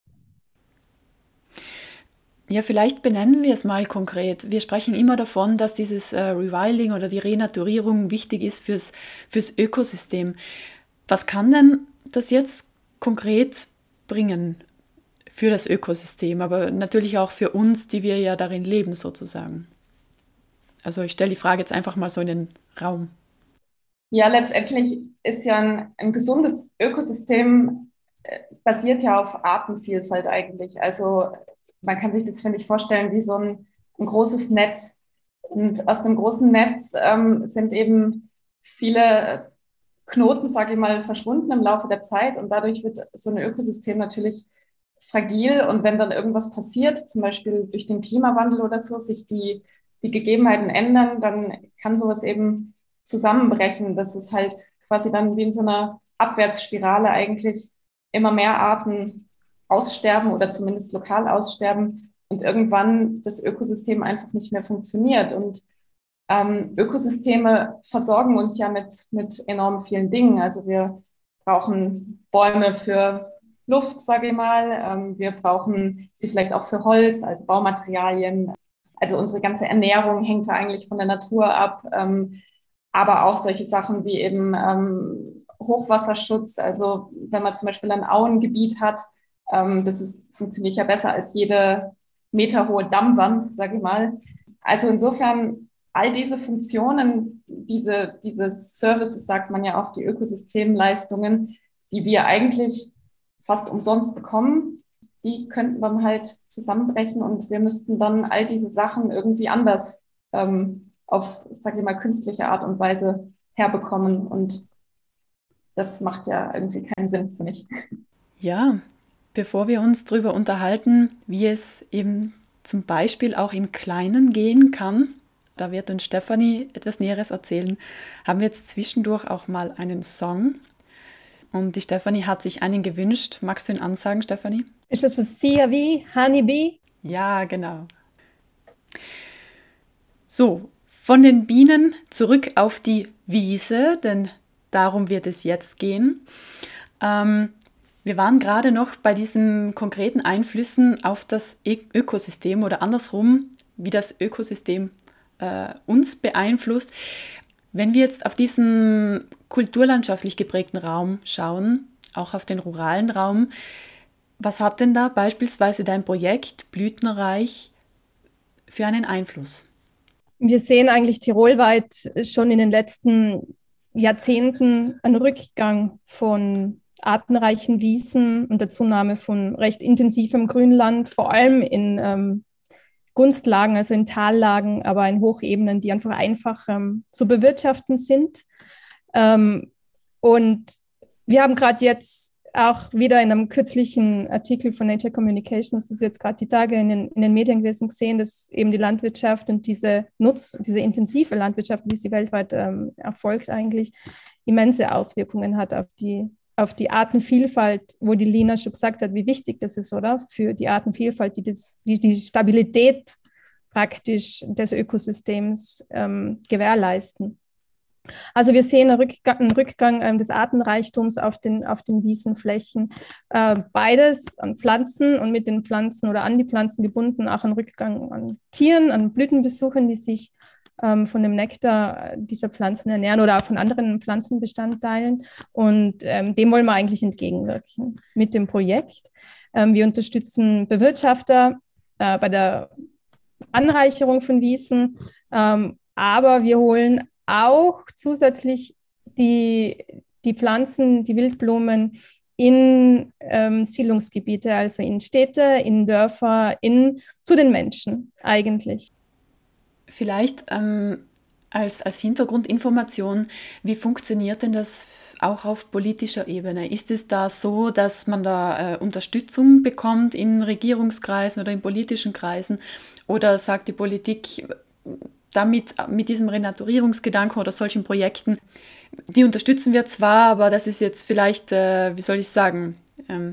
Ja, vielleicht benennen wir es mal konkret. Wir sprechen immer davon, dass dieses äh, Rewilding oder die Renaturierung wichtig ist fürs, fürs Ökosystem. Was kann denn das jetzt konkret bringen für das Ökosystem, aber natürlich auch für uns, die wir ja darin leben sozusagen? Also ich stelle die Frage jetzt einfach mal so in den Raum. Ja, letztendlich ist ja ein, ein gesundes Ökosystem äh, basiert ja auf Artenvielfalt eigentlich. Also man kann sich das, finde ich, vorstellen wie so ein, ein großes Netz. Und aus dem großen Netz ähm, sind eben viele Knoten, sage ich mal, verschwunden im Laufe der Zeit. Und dadurch wird so ein Ökosystem natürlich fragil. Und wenn dann irgendwas passiert, zum Beispiel durch den Klimawandel oder so, sich die, die Gegebenheiten ändern, dann kann sowas eben zusammenbrechen. Das ist halt quasi dann wie in so einer Abwärtsspirale eigentlich immer mehr Arten aussterben oder zumindest lokal aussterben und irgendwann das Ökosystem einfach nicht mehr funktioniert. Und ähm, Ökosysteme versorgen uns ja mit, mit enorm vielen Dingen. Also wir brauchen Bäume für Luft, sage ich mal. Ähm, wir brauchen sie vielleicht auch für Holz, also Baumaterialien. Also unsere ganze Ernährung hängt da eigentlich von der Natur ab. Ähm, aber auch solche Sachen wie eben ähm, Hochwasserschutz. Also wenn man zum Beispiel ein Auengebiet hat, ähm, das ist, funktioniert ja besser als jede meterhohe Dammwand, sage ich mal. Also insofern all diese Funktionen, diese, diese Services, sagt man ja auch, die Ökosystemleistungen, die wir eigentlich fast umsonst bekommen, die könnten dann halt zusammenbrechen und wir müssten dann all diese Sachen irgendwie anders ähm, auf, sag ich mal, künstliche Art und Weise herbekommen. Und das macht ja irgendwie keinen Sinn für mich. Ja, bevor wir uns darüber unterhalten, wie es eben zum Beispiel auch im Kleinen gehen kann, da wird uns Stefanie etwas Näheres erzählen, haben wir jetzt zwischendurch auch mal einen Song. Und die Stefanie hat sich einen gewünscht. Magst du ihn ansagen, Stefanie? Ist das was Sia wie Honeybee? Ja, genau. So, Von den Bienen zurück auf die Wiese, denn darum wird es jetzt gehen. Ähm, wir waren gerade noch bei diesen konkreten Einflüssen auf das Ökosystem oder andersrum, wie das Ökosystem äh, uns beeinflusst. Wenn wir jetzt auf diesen kulturlandschaftlich geprägten Raum schauen, auch auf den ruralen Raum, was hat denn da beispielsweise dein Projekt Blütenreich für einen Einfluss? Wir sehen eigentlich tirolweit schon in den letzten Jahrzehnten einen Rückgang von artenreichen Wiesen und der Zunahme von recht intensivem Grünland, vor allem in ähm, Gunstlagen, also in Tallagen, aber in Hochebenen, die einfach einfach ähm, zu bewirtschaften sind. Ähm, und wir haben gerade jetzt auch wieder in einem kürzlichen Artikel von Nature Communications, das ist jetzt gerade die Tage in den, in den Medien gewesen, gesehen, dass eben die Landwirtschaft und diese Nutz, diese intensive Landwirtschaft, wie sie weltweit ähm, erfolgt, eigentlich immense Auswirkungen hat auf die, auf die Artenvielfalt, wo die Lina schon gesagt hat, wie wichtig das ist, oder? Für die Artenvielfalt, die das, die, die Stabilität praktisch des Ökosystems ähm, gewährleisten. Also wir sehen einen Rückgang, einen Rückgang ähm, des Artenreichtums auf den, auf den Wiesenflächen. Äh, beides an Pflanzen und mit den Pflanzen oder an die Pflanzen gebunden, auch einen Rückgang an Tieren, an Blütenbesuchern, die sich ähm, von dem Nektar dieser Pflanzen ernähren oder auch von anderen Pflanzenbestandteilen. Und ähm, dem wollen wir eigentlich entgegenwirken mit dem Projekt. Ähm, wir unterstützen Bewirtschafter äh, bei der Anreicherung von Wiesen, ähm, aber wir holen auch zusätzlich die, die Pflanzen, die Wildblumen in ähm, Siedlungsgebiete, also in Städte, in Dörfer, in, zu den Menschen eigentlich. Vielleicht ähm, als, als Hintergrundinformation, wie funktioniert denn das auch auf politischer Ebene? Ist es da so, dass man da äh, Unterstützung bekommt in Regierungskreisen oder in politischen Kreisen? Oder sagt die Politik, damit, mit diesem Renaturierungsgedanken oder solchen Projekten, die unterstützen wir zwar, aber das ist jetzt vielleicht, äh, wie soll ich sagen, ähm,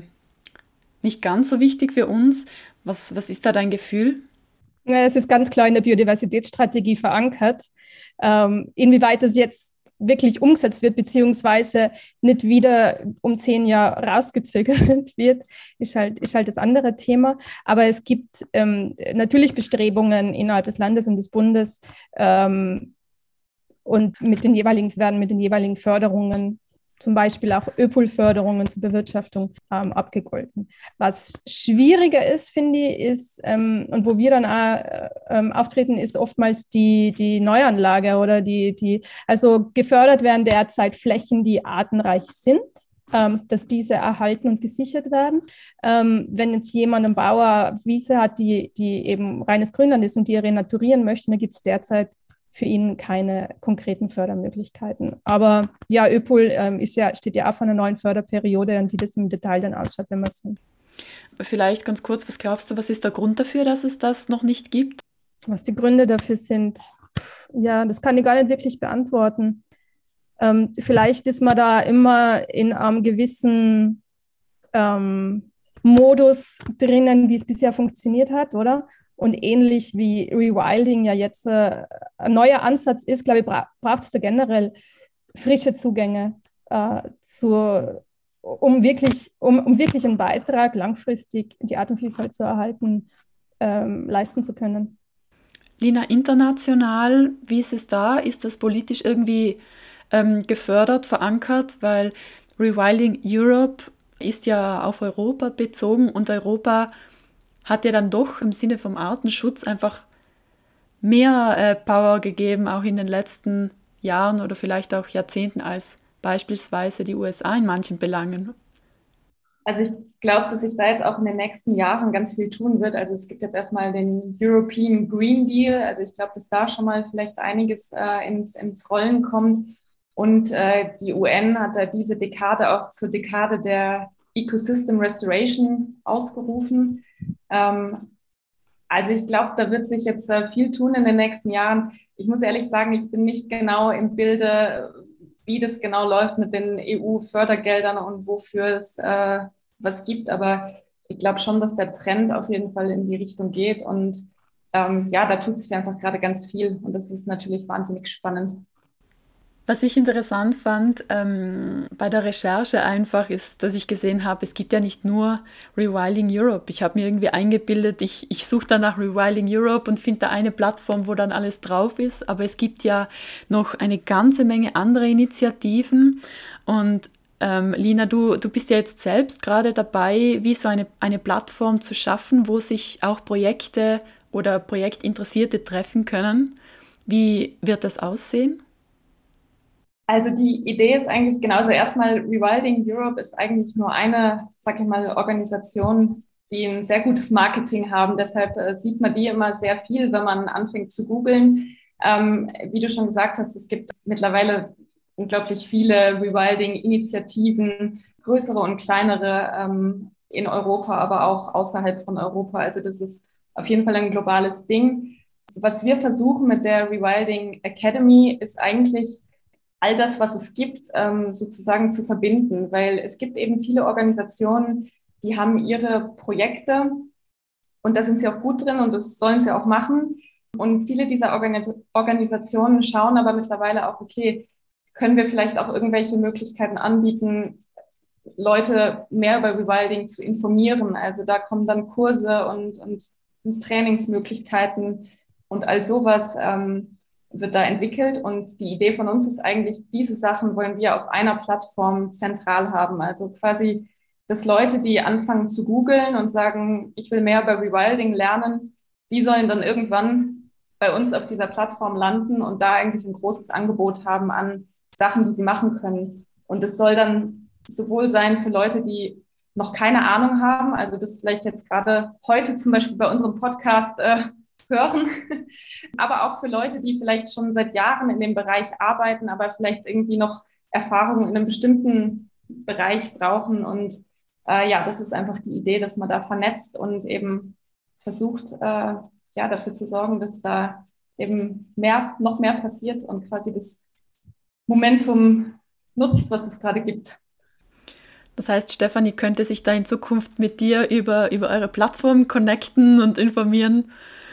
nicht ganz so wichtig für uns. Was, was ist da dein Gefühl? Ja, es ist ganz klar in der Biodiversitätsstrategie verankert. Ähm, inwieweit das jetzt wirklich umgesetzt wird, beziehungsweise nicht wieder um zehn Jahre rausgezögert wird, ist halt, ist halt das andere Thema. Aber es gibt ähm, natürlich Bestrebungen innerhalb des Landes und des Bundes ähm, und mit den jeweiligen, werden mit den jeweiligen Förderungen, zum Beispiel auch Öpol-Förderungen zur Bewirtschaftung ähm, abgegolten. Was schwieriger ist, finde ich, ist, ähm, und wo wir dann auch ähm, auftreten, ist oftmals die, die Neuanlage oder die, die, also gefördert werden derzeit Flächen, die artenreich sind, ähm, dass diese erhalten und gesichert werden. Ähm, wenn jetzt jemand, ein Bauer, Wiese hat, die, die eben reines Grünland ist und die renaturieren möchte, dann gibt es derzeit für ihn keine konkreten Fördermöglichkeiten. Aber ja, Öpol ähm, ist ja, steht ja auch vor einer neuen Förderperiode und wie das im Detail dann ausschaut, wenn wir es sehen. Vielleicht ganz kurz, was glaubst du, was ist der Grund dafür, dass es das noch nicht gibt? Was die Gründe dafür sind, ja, das kann ich gar nicht wirklich beantworten. Ähm, vielleicht ist man da immer in einem gewissen ähm, Modus drinnen, wie es bisher funktioniert hat, oder? Und ähnlich wie Rewilding ja jetzt äh, ein neuer Ansatz ist, glaube ich, bra- braucht es da generell frische Zugänge, äh, zur, um, wirklich, um, um wirklich einen Beitrag langfristig die Artenvielfalt zu erhalten, ähm, leisten zu können. Lina, international, wie ist es da? Ist das politisch irgendwie ähm, gefördert, verankert? Weil Rewilding Europe ist ja auf Europa bezogen und Europa hat ja dann doch im Sinne vom Artenschutz einfach mehr äh, Power gegeben, auch in den letzten Jahren oder vielleicht auch Jahrzehnten als beispielsweise die U S A in manchen Belangen. Also ich glaube, dass sich da jetzt auch in den nächsten Jahren ganz viel tun wird. Also es gibt jetzt erstmal den European Green Deal. Also ich glaube, dass da schon mal vielleicht einiges äh, ins, ins Rollen kommt. Und äh, die U N hat da diese Dekade auch zur Dekade der Ecosystem Restoration ausgerufen. Ähm, also ich glaube, da wird sich jetzt äh, viel tun in den nächsten Jahren. Ich muss ehrlich sagen, ich bin nicht genau im Bilde, wie das genau läuft mit den E U-Fördergeldern und wofür es äh, was gibt. Aber ich glaube schon, dass der Trend auf jeden Fall in die Richtung geht. Und ähm, ja, da tut sich einfach gerade ganz viel und das ist natürlich wahnsinnig spannend. Was ich interessant fand ähm, bei der Recherche einfach ist, dass ich gesehen habe, es gibt ja nicht nur Rewilding Europe. Ich habe mir irgendwie eingebildet, ich, ich suche dann nach Rewilding Europe und finde da eine Plattform, wo dann alles drauf ist. Aber es gibt ja noch eine ganze Menge andere Initiativen. Und ähm, Lina, du, du bist ja jetzt selbst gerade dabei, wie so eine, eine Plattform zu schaffen, wo sich auch Projekte oder Projektinteressierte treffen können. Wie wird das aussehen? Also die Idee ist eigentlich genauso. Erstmal, Rewilding Europe ist eigentlich nur eine, sag ich mal, Organisation, die ein sehr gutes Marketing haben. Deshalb äh, sieht man die immer sehr viel, wenn man anfängt zu googeln. Ähm, wie du schon gesagt hast, es gibt mittlerweile unglaublich viele Rewilding-Initiativen, größere und kleinere ähm, in Europa, aber auch außerhalb von Europa. Also das ist auf jeden Fall ein globales Ding. Was wir versuchen mit der Rewilding Academy ist eigentlich all das, was es gibt, ähm, sozusagen zu verbinden, weil es gibt eben viele Organisationen, die haben ihre Projekte und da sind sie auch gut drin und das sollen sie auch machen. Und viele dieser Organis- Organisationen schauen aber mittlerweile auch, okay, können wir vielleicht auch irgendwelche Möglichkeiten anbieten, Leute mehr über Rewilding zu informieren. Also da kommen dann Kurse und, und Trainingsmöglichkeiten und all sowas. Ähm, wird da entwickelt und die Idee von uns ist eigentlich, diese Sachen wollen wir auf einer Plattform zentral haben. Also quasi, dass Leute, die anfangen zu googeln und sagen, ich will mehr über Rewilding lernen, die sollen dann irgendwann bei uns auf dieser Plattform landen und da eigentlich ein großes Angebot haben an Sachen, die sie machen können. Und es soll dann sowohl sein für Leute, die noch keine Ahnung haben, also das vielleicht jetzt gerade heute zum Beispiel bei unserem Podcast äh, hören, aber auch für Leute, die vielleicht schon seit Jahren in dem Bereich arbeiten, aber vielleicht irgendwie noch Erfahrung in einem bestimmten Bereich brauchen. Und äh, ja, das ist einfach die Idee, dass man da vernetzt und eben versucht, äh, ja, dafür zu sorgen, dass da eben mehr, noch mehr passiert und quasi das Momentum nutzt, was es gerade gibt. Das heißt, Stefanie könnte sich da in Zukunft mit dir über, über eure Plattform connecten und informieren,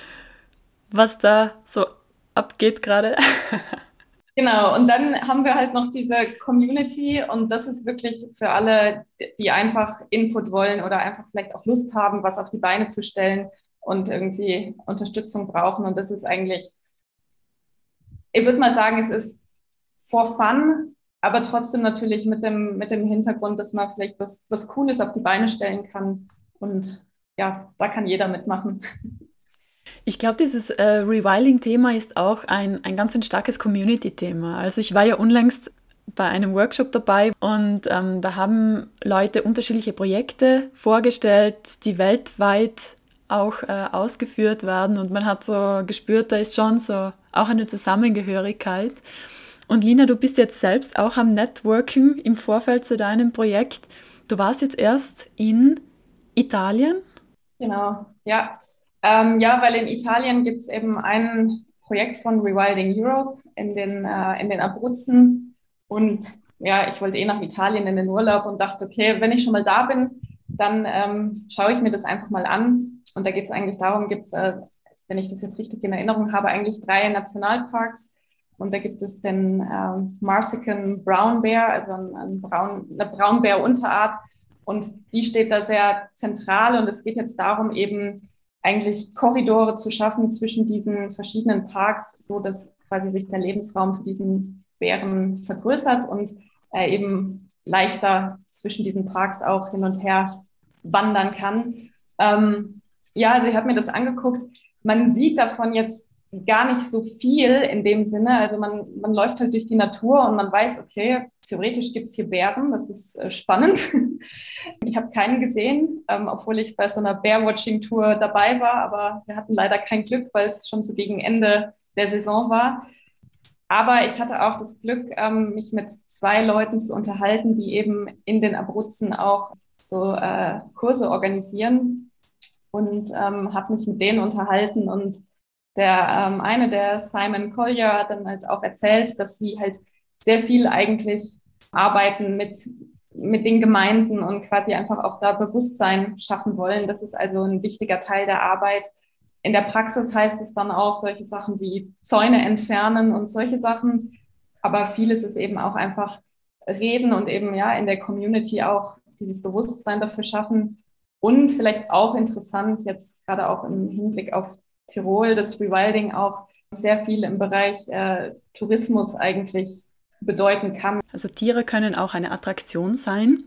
was da so abgeht gerade. Genau, und dann haben wir halt noch diese Community und das ist wirklich für alle, die einfach Input wollen oder einfach vielleicht auch Lust haben, was auf die Beine zu stellen und irgendwie Unterstützung brauchen. Und das ist eigentlich, ich würde mal sagen, es ist for fun, aber trotzdem natürlich mit dem, mit dem Hintergrund, dass man vielleicht was, was Cooles auf die Beine stellen kann. Und ja, da kann jeder mitmachen. Ich glaube, dieses äh, Rewilding-Thema ist auch ein, ein ganz ein starkes Community-Thema. Also ich war ja unlängst bei einem Workshop dabei und ähm, da haben Leute unterschiedliche Projekte vorgestellt, die weltweit auch äh, ausgeführt werden und man hat so gespürt, da ist schon so auch eine Zusammengehörigkeit. Und Lina, du bist jetzt selbst auch am Networking im Vorfeld zu deinem Projekt. Du warst jetzt erst in Italien? Genau, ja. Ähm, ja, weil in Italien gibt es eben ein Projekt von Rewilding Europe in den, äh, in den Abruzzen. Und ja, ich wollte eh nach Italien in den Urlaub und dachte, okay, wenn ich schon mal da bin, dann ähm, schaue ich mir das einfach mal an. Und da geht es eigentlich darum, gibt es, äh, wenn ich das jetzt richtig in Erinnerung habe, eigentlich drei Nationalparks. Und da gibt es den ähm, Marsican Brown Bear, also ein, ein Braun, eine Braunbär-Unterart. Und die steht da sehr zentral. Und es geht jetzt darum, eben eigentlich Korridore zu schaffen zwischen diesen verschiedenen Parks, so dass quasi sich der Lebensraum für diesen Bären vergrößert und er eben leichter zwischen diesen Parks auch hin und her wandern kann. Ähm, ja, also ich habe mir das angeguckt. Man sieht davon jetzt gar nicht so viel in dem Sinne. Also man, man läuft halt durch die Natur und man weiß, okay, theoretisch gibt es hier Bären. Das ist äh, spannend. Ich habe keinen gesehen, ähm, obwohl ich bei so einer Bear-Watching-Tour dabei war. Aber wir hatten leider kein Glück, weil es schon so gegen Ende der Saison war. Aber ich hatte auch das Glück, ähm, mich mit zwei Leuten zu unterhalten, die eben in den Abruzzen auch so äh, Kurse organisieren und ähm, habe mich mit denen unterhalten und der ähm, eine, der Simon Collier, hat dann halt auch erzählt, dass sie halt sehr viel eigentlich arbeiten mit, mit den Gemeinden und quasi einfach auch da Bewusstsein schaffen wollen. Das ist also ein wichtiger Teil der Arbeit. in der Praxis heißt es dann auch solche Sachen wie Zäune entfernen und solche Sachen. Aber vieles ist eben auch einfach reden und eben ja in der Community auch dieses Bewusstsein dafür schaffen. Und vielleicht auch interessant, jetzt gerade auch im Hinblick auf Tirol, dass Rewilding auch sehr viel im Bereich äh, Tourismus eigentlich bedeuten kann. Also Tiere können auch eine Attraktion sein.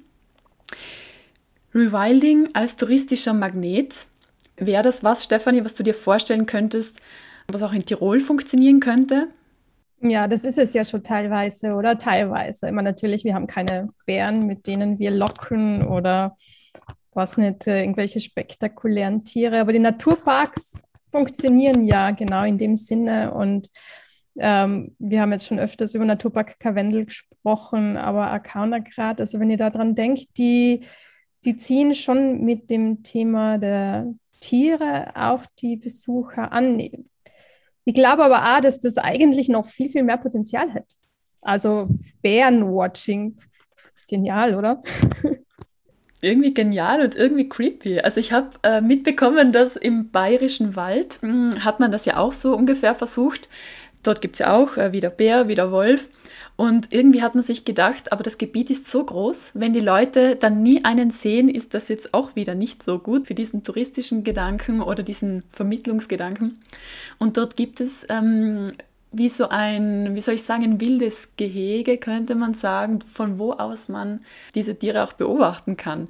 Rewilding als touristischer Magnet, wäre das was, Stefanie, was du dir vorstellen könntest, was auch in Tirol funktionieren könnte? Ja, das ist es ja schon teilweise, oder? Teilweise. Immer natürlich, wir haben keine Bären, mit denen wir locken oder was nicht, äh, irgendwelche spektakulären Tiere. Aber die Naturparks funktionieren ja genau in dem Sinne. Und ähm, wir haben jetzt schon öfters über Naturpark Karwendel gesprochen, aber Arkaunergrad, also wenn ihr daran denkt, die, die ziehen schon mit dem Thema der Tiere auch die Besucher an. Ich glaube aber auch, dass das eigentlich noch viel, viel mehr Potenzial hat. Also Bärenwatching, genial, oder? Irgendwie genial und irgendwie creepy. Also ich habe äh, mitbekommen, dass im Bayerischen Wald mh, hat man das ja auch so ungefähr versucht. Dort gibt es ja auch äh, wieder Bär, wieder Wolf. Und irgendwie hat man sich gedacht, aber das Gebiet ist so groß, wenn die Leute dann nie einen sehen, ist das jetzt auch wieder nicht so gut für diesen touristischen Gedanken oder diesen Vermittlungsgedanken. Und dort gibt es ähm, wie so ein, wie soll ich sagen, ein wildes Gehege, könnte man sagen, von wo aus man diese Tiere auch beobachten kann.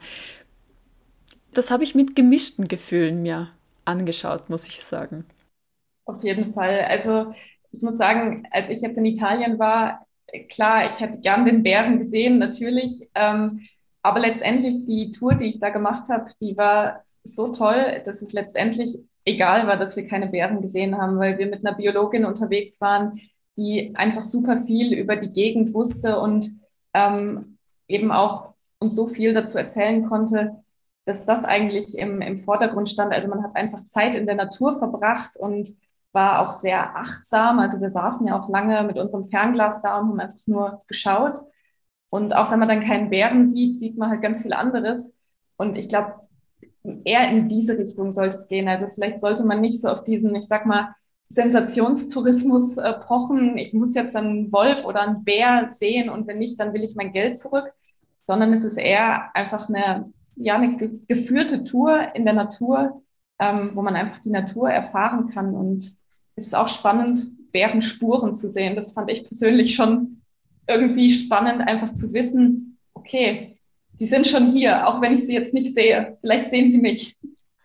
Das habe ich mit gemischten Gefühlen mir angeschaut, muss ich sagen. Auf jeden Fall. Also ich muss sagen, als ich jetzt in Italien war, klar, ich hätte gern den Bären gesehen, natürlich. Ähm, aber letztendlich die Tour, die ich da gemacht habe, die war so toll, dass es letztendlich egal war, dass wir keine Bären gesehen haben, weil wir mit einer Biologin unterwegs waren, die einfach super viel über die Gegend wusste und ähm, eben auch uns so viel dazu erzählen konnte, dass das eigentlich im, im Vordergrund stand. Also man hat einfach Zeit in der Natur verbracht und war auch sehr achtsam. Also wir saßen ja auch lange mit unserem Fernglas da und haben einfach nur geschaut. Und auch wenn man dann keinen Bären sieht, sieht man halt ganz viel anderes. Und ich glaube, eher in diese Richtung sollte es gehen. Also vielleicht sollte man nicht so auf diesen, ich sag mal, Sensationstourismus äh, pochen. Ich muss jetzt einen Wolf oder einen Bär sehen und wenn nicht, dann will ich mein Geld zurück. Sondern es ist eher einfach eine, ja, eine ge- geführte Tour in der Natur, ähm, wo man einfach die Natur erfahren kann. Und es ist auch spannend, Bärenspuren zu sehen. Das fand ich persönlich schon irgendwie spannend, einfach zu wissen, okay, die sind schon hier, auch wenn ich sie jetzt nicht sehe. Vielleicht sehen sie mich.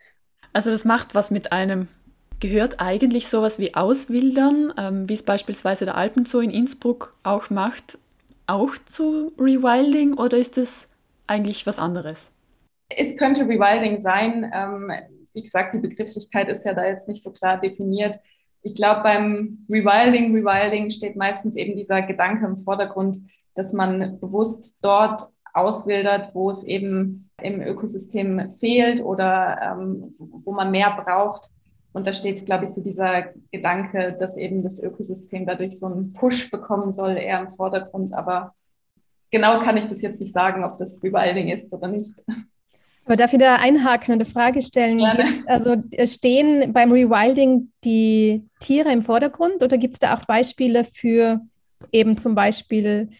Also das macht was mit einem. Gehört eigentlich sowas wie Auswildern, ähm, wie es beispielsweise der Alpenzoo in Innsbruck auch macht, auch zu Rewilding oder ist es eigentlich was anderes? Es könnte Rewilding sein. Ähm, wie gesagt, die Begrifflichkeit ist ja da jetzt nicht so klar definiert. Ich glaube, beim Rewilding, Rewilding steht meistens eben dieser Gedanke im Vordergrund, dass man bewusst dort auswildert, wo es eben im Ökosystem fehlt oder ähm, wo man mehr braucht. Und da steht, glaube ich, so dieser Gedanke, dass eben das Ökosystem dadurch so einen Push bekommen soll, eher im Vordergrund. Aber genau kann ich das jetzt nicht sagen, ob das Rewilding ist oder nicht. Aber darf ich da einhaken und eine Frage stellen? Gerne. Gibt's, also stehen beim Rewilding die Tiere im Vordergrund oder gibt es da auch Beispiele für eben zum Beispiel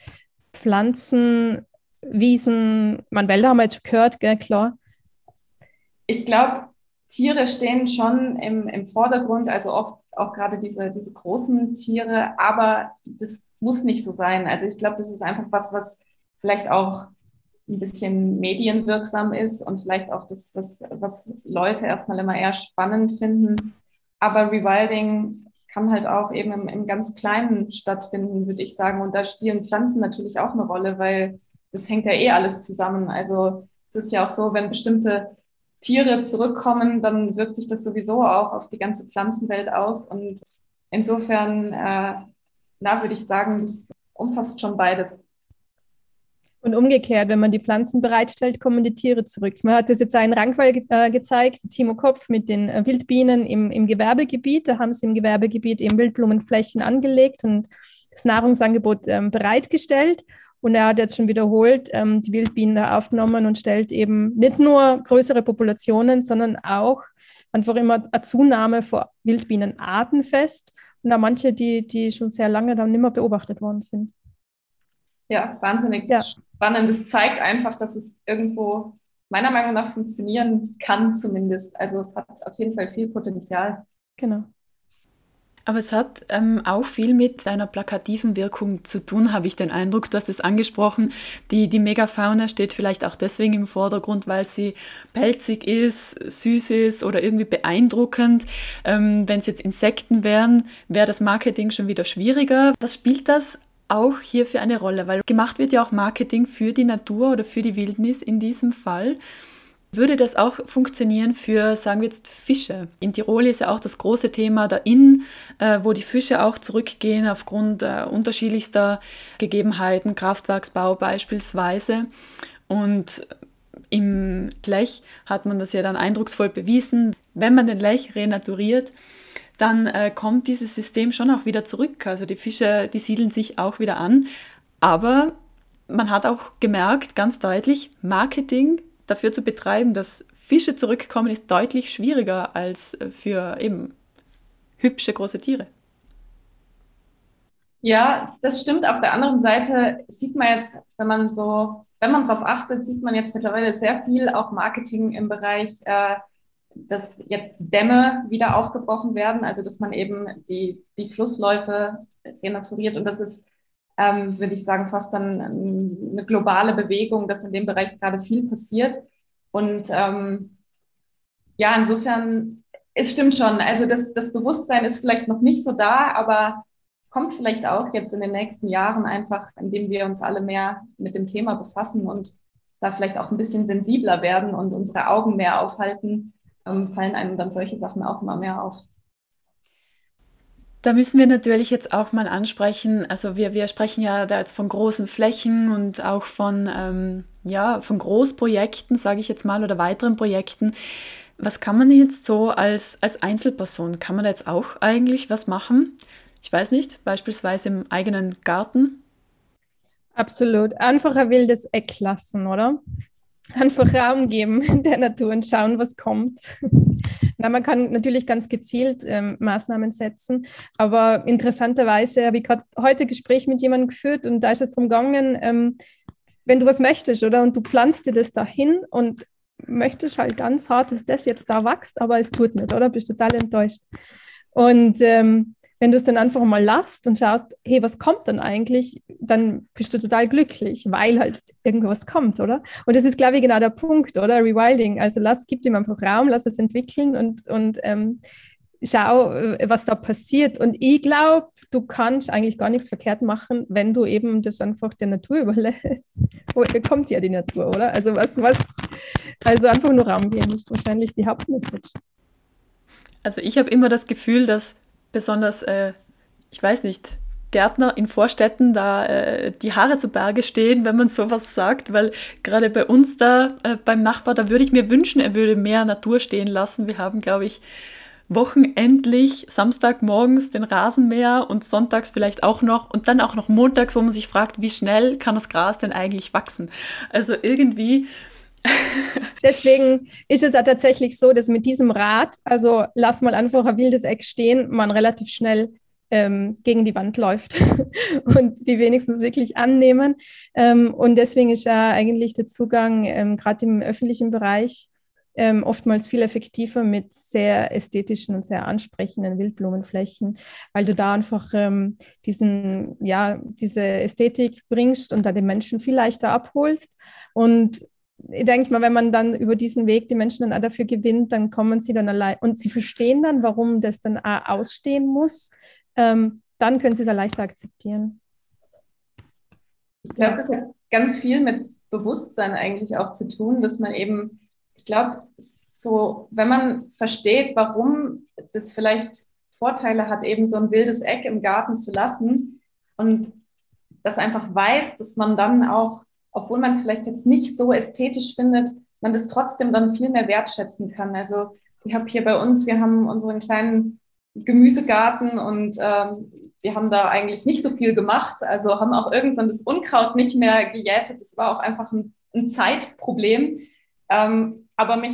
Pflanzen, Wiesen, man Wälder haben wir jetzt schon gehört, gell, klar. Ich glaube, Tiere stehen schon im, im Vordergrund, also oft auch gerade diese, diese großen Tiere, aber das muss nicht so sein. Also ich glaube, das ist einfach was, was vielleicht auch ein bisschen medienwirksam ist und vielleicht auch das, was, was Leute erstmal immer eher spannend finden. Aber Rewilding kann halt auch eben im, im ganz Kleinen stattfinden, würde ich sagen. Und da spielen Pflanzen natürlich auch eine Rolle, weil das hängt ja eh alles zusammen. Also es ist ja auch so, wenn bestimmte Tiere zurückkommen, dann wirkt sich das sowieso auch auf die ganze Pflanzenwelt aus. Und insofern, äh, na, würde ich sagen, das umfasst schon beides. Und umgekehrt, wenn man die Pflanzen bereitstellt, kommen die Tiere zurück. Man hat das jetzt in Rangwall ge äh, gezeigt, Timo Kopf mit den äh, Wildbienen im, im Gewerbegebiet. Da haben sie im Gewerbegebiet eben Wildblumenflächen angelegt und das Nahrungsangebot ähm, bereitgestellt. Und er hat jetzt schon wiederholt ähm, die Wildbienen da aufgenommen und stellt eben nicht nur größere Populationen, sondern auch einfach immer eine Zunahme von Wildbienenarten fest und auch manche, die, die schon sehr lange dann nicht mehr beobachtet worden sind. Ja, wahnsinnig Ja. spannend. Das zeigt einfach, dass es irgendwo meiner Meinung nach funktionieren kann zumindest. Also es hat auf jeden Fall viel Potenzial. Genau. Aber es hat ähm, auch viel mit einer plakativen Wirkung zu tun, habe ich den Eindruck. Du hast es angesprochen, die, die Megafauna steht vielleicht auch deswegen im Vordergrund, weil sie pelzig ist, süß ist oder irgendwie beeindruckend. Ähm, wenn es jetzt Insekten wären, wäre das Marketing schon wieder schwieriger. Was spielt das auch hier für eine Rolle? Weil gemacht wird ja auch Marketing für die Natur oder für die Wildnis in diesem Fall. Würde das auch funktionieren für, sagen wir jetzt, Fische? In Tirol ist ja auch das große Thema der Inn, äh, wo die Fische auch zurückgehen aufgrund äh, unterschiedlichster Gegebenheiten, Kraftwerksbau beispielsweise. Und im Lech hat man das ja dann eindrucksvoll bewiesen. Wenn man den Lech renaturiert, dann äh, kommt dieses System schon auch wieder zurück. Also die Fische, die siedeln sich auch wieder an. Aber man hat auch gemerkt, ganz deutlich, Marketing dafür zu betreiben, dass Fische zurückkommen, ist deutlich schwieriger als für eben hübsche große Tiere. Ja, das stimmt. Auf der anderen Seite sieht man jetzt, wenn man so, wenn man darauf achtet, sieht man jetzt mittlerweile sehr viel auch Marketing im Bereich, äh, dass jetzt Dämme wieder aufgebrochen werden, also dass man eben die, die Flussläufe renaturiert. Und das ist, ähm, würde ich sagen, fast dann eine globale Bewegung, dass in dem Bereich gerade viel passiert. Und ähm, ja, insofern, es stimmt schon. Also das, das Bewusstsein ist vielleicht noch nicht so da, aber kommt vielleicht auch jetzt in den nächsten Jahren einfach, indem wir uns alle mehr mit dem Thema befassen und da vielleicht auch ein bisschen sensibler werden und unsere Augen mehr aufhalten, ähm, fallen einem dann solche Sachen auch immer mehr auf. Da müssen wir natürlich jetzt auch mal ansprechen, also wir, wir sprechen ja da jetzt von großen Flächen und auch von, ähm, ja, von Großprojekten, sage ich jetzt mal, oder weiteren Projekten. Was kann man jetzt so als, als Einzelperson, kann man da jetzt auch eigentlich was machen? Ich weiß nicht, beispielsweise im eigenen Garten? Absolut. Einfach ein wildes Eck lassen, oder? Einfach Raum geben der Natur und schauen, was kommt. Na, man kann natürlich ganz gezielt ähm, Maßnahmen setzen, aber interessanterweise habe ich gerade heute ein Gespräch mit jemandem geführt und da ist es darum gegangen, ähm, wenn du was möchtest, oder? Und du pflanzt dir das dahin und möchtest halt ganz hart, dass das jetzt da wächst, aber es tut nicht, oder? Bist total enttäuscht. Und ähm, wenn du es dann einfach mal lässt und schaust, hey, was kommt dann eigentlich, dann bist du total glücklich, weil halt irgendwas kommt, oder? Und das ist, glaube ich, genau der Punkt, oder? Rewilding. Also lass, gib ihm einfach Raum, lass es entwickeln und, und ähm, schau, was da passiert. Und ich glaube, du kannst eigentlich gar nichts verkehrt machen, wenn du eben das einfach der Natur überlässt. Woher kommt ja die Natur, oder? Also was, was, also einfach nur Raum geben ist wahrscheinlich die Hauptmessage. Also ich habe immer das Gefühl, dass besonders, äh, ich weiß nicht, Gärtner in Vorstädten da äh, die Haare zu Berge stehen, wenn man sowas sagt, weil gerade bei uns da äh, beim Nachbar, da würde ich mir wünschen, er würde mehr Natur stehen lassen. Wir haben, glaube ich, wochenendlich Samstagmorgens den Rasenmäher und sonntags vielleicht auch noch und dann auch noch montags, wo man sich fragt, wie schnell kann das Gras denn eigentlich wachsen? Also irgendwie... Deswegen ist es ja tatsächlich so, dass mit diesem Rad, also lass mal einfach ein wildes Eck stehen, man relativ schnell ähm, gegen die Wand läuft und die wenigstens wirklich annehmen. Ähm, und deswegen ist ja eigentlich der Zugang ähm, gerade im öffentlichen Bereich ähm, oftmals viel effektiver mit sehr ästhetischen und sehr ansprechenden Wildblumenflächen, weil du da einfach ähm, diesen, ja, diese Ästhetik bringst und da den Menschen viel leichter abholst. Und ich denke mal, wenn man dann über diesen Weg die Menschen dann auch dafür gewinnt, dann kommen sie dann allein und sie verstehen dann, warum das dann auch ausstehen muss, ähm, dann können sie es ja leichter akzeptieren. Ich glaube, das hat ganz viel mit Bewusstsein eigentlich auch zu tun, dass man eben, ich glaube, so, wenn man versteht, warum das vielleicht Vorteile hat, eben so ein wildes Eck im Garten zu lassen und das einfach weiß, dass man dann auch, obwohl man es vielleicht jetzt nicht so ästhetisch findet, man das trotzdem dann viel mehr wertschätzen kann. Also ich habe hier bei uns, wir haben unseren kleinen Gemüsegarten und ähm, wir haben da eigentlich nicht so viel gemacht, also haben auch irgendwann das Unkraut nicht mehr gejätet. Das war auch einfach ein, ein Zeitproblem. Ähm, aber mich hat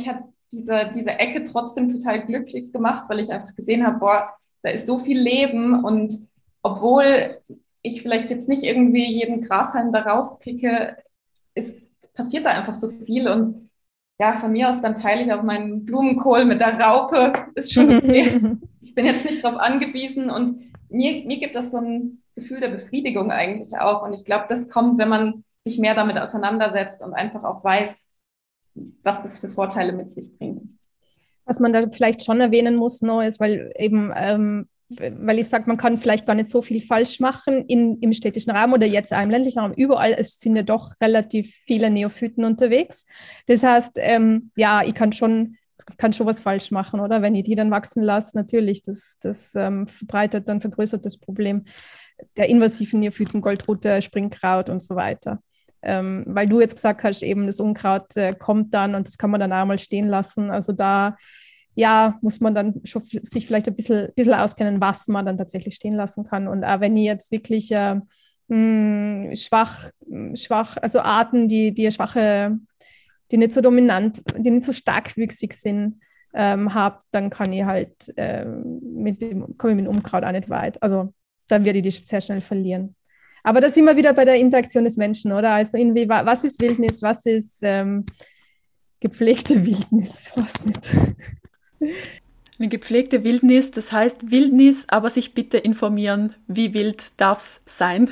diese, diese Ecke trotzdem total glücklich gemacht, weil ich einfach gesehen habe, boah, da ist so viel Leben und obwohl ich vielleicht jetzt nicht irgendwie jeden Grashalm da rauspicke, ist, passiert da einfach so viel und ja, von mir aus dann teile ich auch meinen Blumenkohl mit der Raupe, ist schon okay. Ich bin jetzt nicht darauf angewiesen und mir, mir gibt das so ein Gefühl der Befriedigung eigentlich auch und ich glaube, das kommt, wenn man sich mehr damit auseinandersetzt und einfach auch weiß, was das für Vorteile mit sich bringt. Was man da vielleicht schon erwähnen muss, noch ist, weil eben, ähm, weil ich sage, man kann vielleicht gar nicht so viel falsch machen in, im städtischen Raum oder jetzt auch im ländlichen Raum. Überall es sind ja doch relativ viele Neophyten unterwegs. Das heißt, ähm, ja, ich kann schon, kann schon was falsch machen, oder? Wenn ich die dann wachsen lasse, natürlich, das, das ähm, verbreitet, dann vergrößert das Problem der invasiven Neophyten, Goldrute, Springkraut und so weiter. Ähm, weil du jetzt gesagt hast, eben das Unkraut äh, kommt dann und das kann man dann auch mal stehen lassen. Also da ja, muss man dann schon sich vielleicht ein bisschen, bisschen auskennen, was man dann tatsächlich stehen lassen kann. Und auch wenn ich jetzt wirklich äh, mh, schwach, schwach, also Arten, die, die schwache, die nicht so dominant, die nicht so starkwüchsig sind, ähm, habe, dann kann ich halt äh, mit dem, komme ich mit dem Unkraut auch nicht weit. Also dann werde ich die sehr schnell verlieren. Aber da sind wir wieder bei der Interaktion des Menschen, oder? Also irgendwie, was ist Wildnis, was ist ähm, gepflegte Wildnis? Was nicht. Eine gepflegte Wildnis, das heißt Wildnis, aber sich bitte informieren, wie wild darf es sein.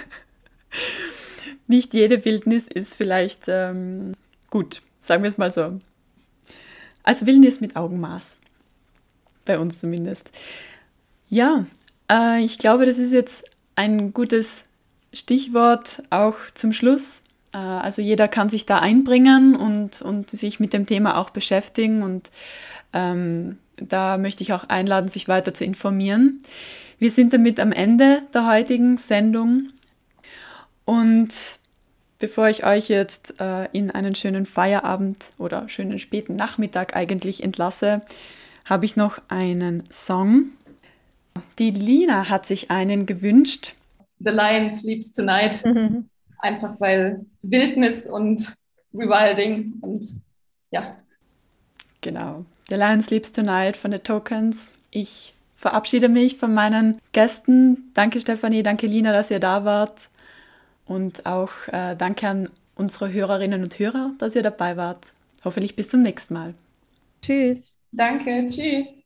Nicht jede Wildnis ist vielleicht ähm, gut, sagen wir es mal so. Also Wildnis mit Augenmaß, bei uns zumindest. Ja, äh, ich glaube, das ist jetzt ein gutes Stichwort auch zum Schluss. Äh, also jeder kann sich da einbringen und, und sich mit dem Thema auch beschäftigen und ähm, da möchte ich auch einladen, sich weiter zu informieren. Wir sind damit am Ende der heutigen Sendung und bevor ich euch jetzt äh, in einen schönen Feierabend oder schönen späten Nachmittag eigentlich entlasse, habe ich noch einen Song. Die Lina hat sich einen gewünscht. The Lion Sleeps Tonight. Mhm. Einfach weil Wildnis und Rewilding und ja. Genau. The Lion Sleeps Tonight von The Tokens. Ich verabschiede mich von meinen Gästen. Danke Stefanie, danke Lina, dass ihr da wart. Und auch äh, danke an unsere Hörerinnen und Hörer, dass ihr dabei wart. Hoffentlich bis zum nächsten Mal. Tschüss. Danke, tschüss.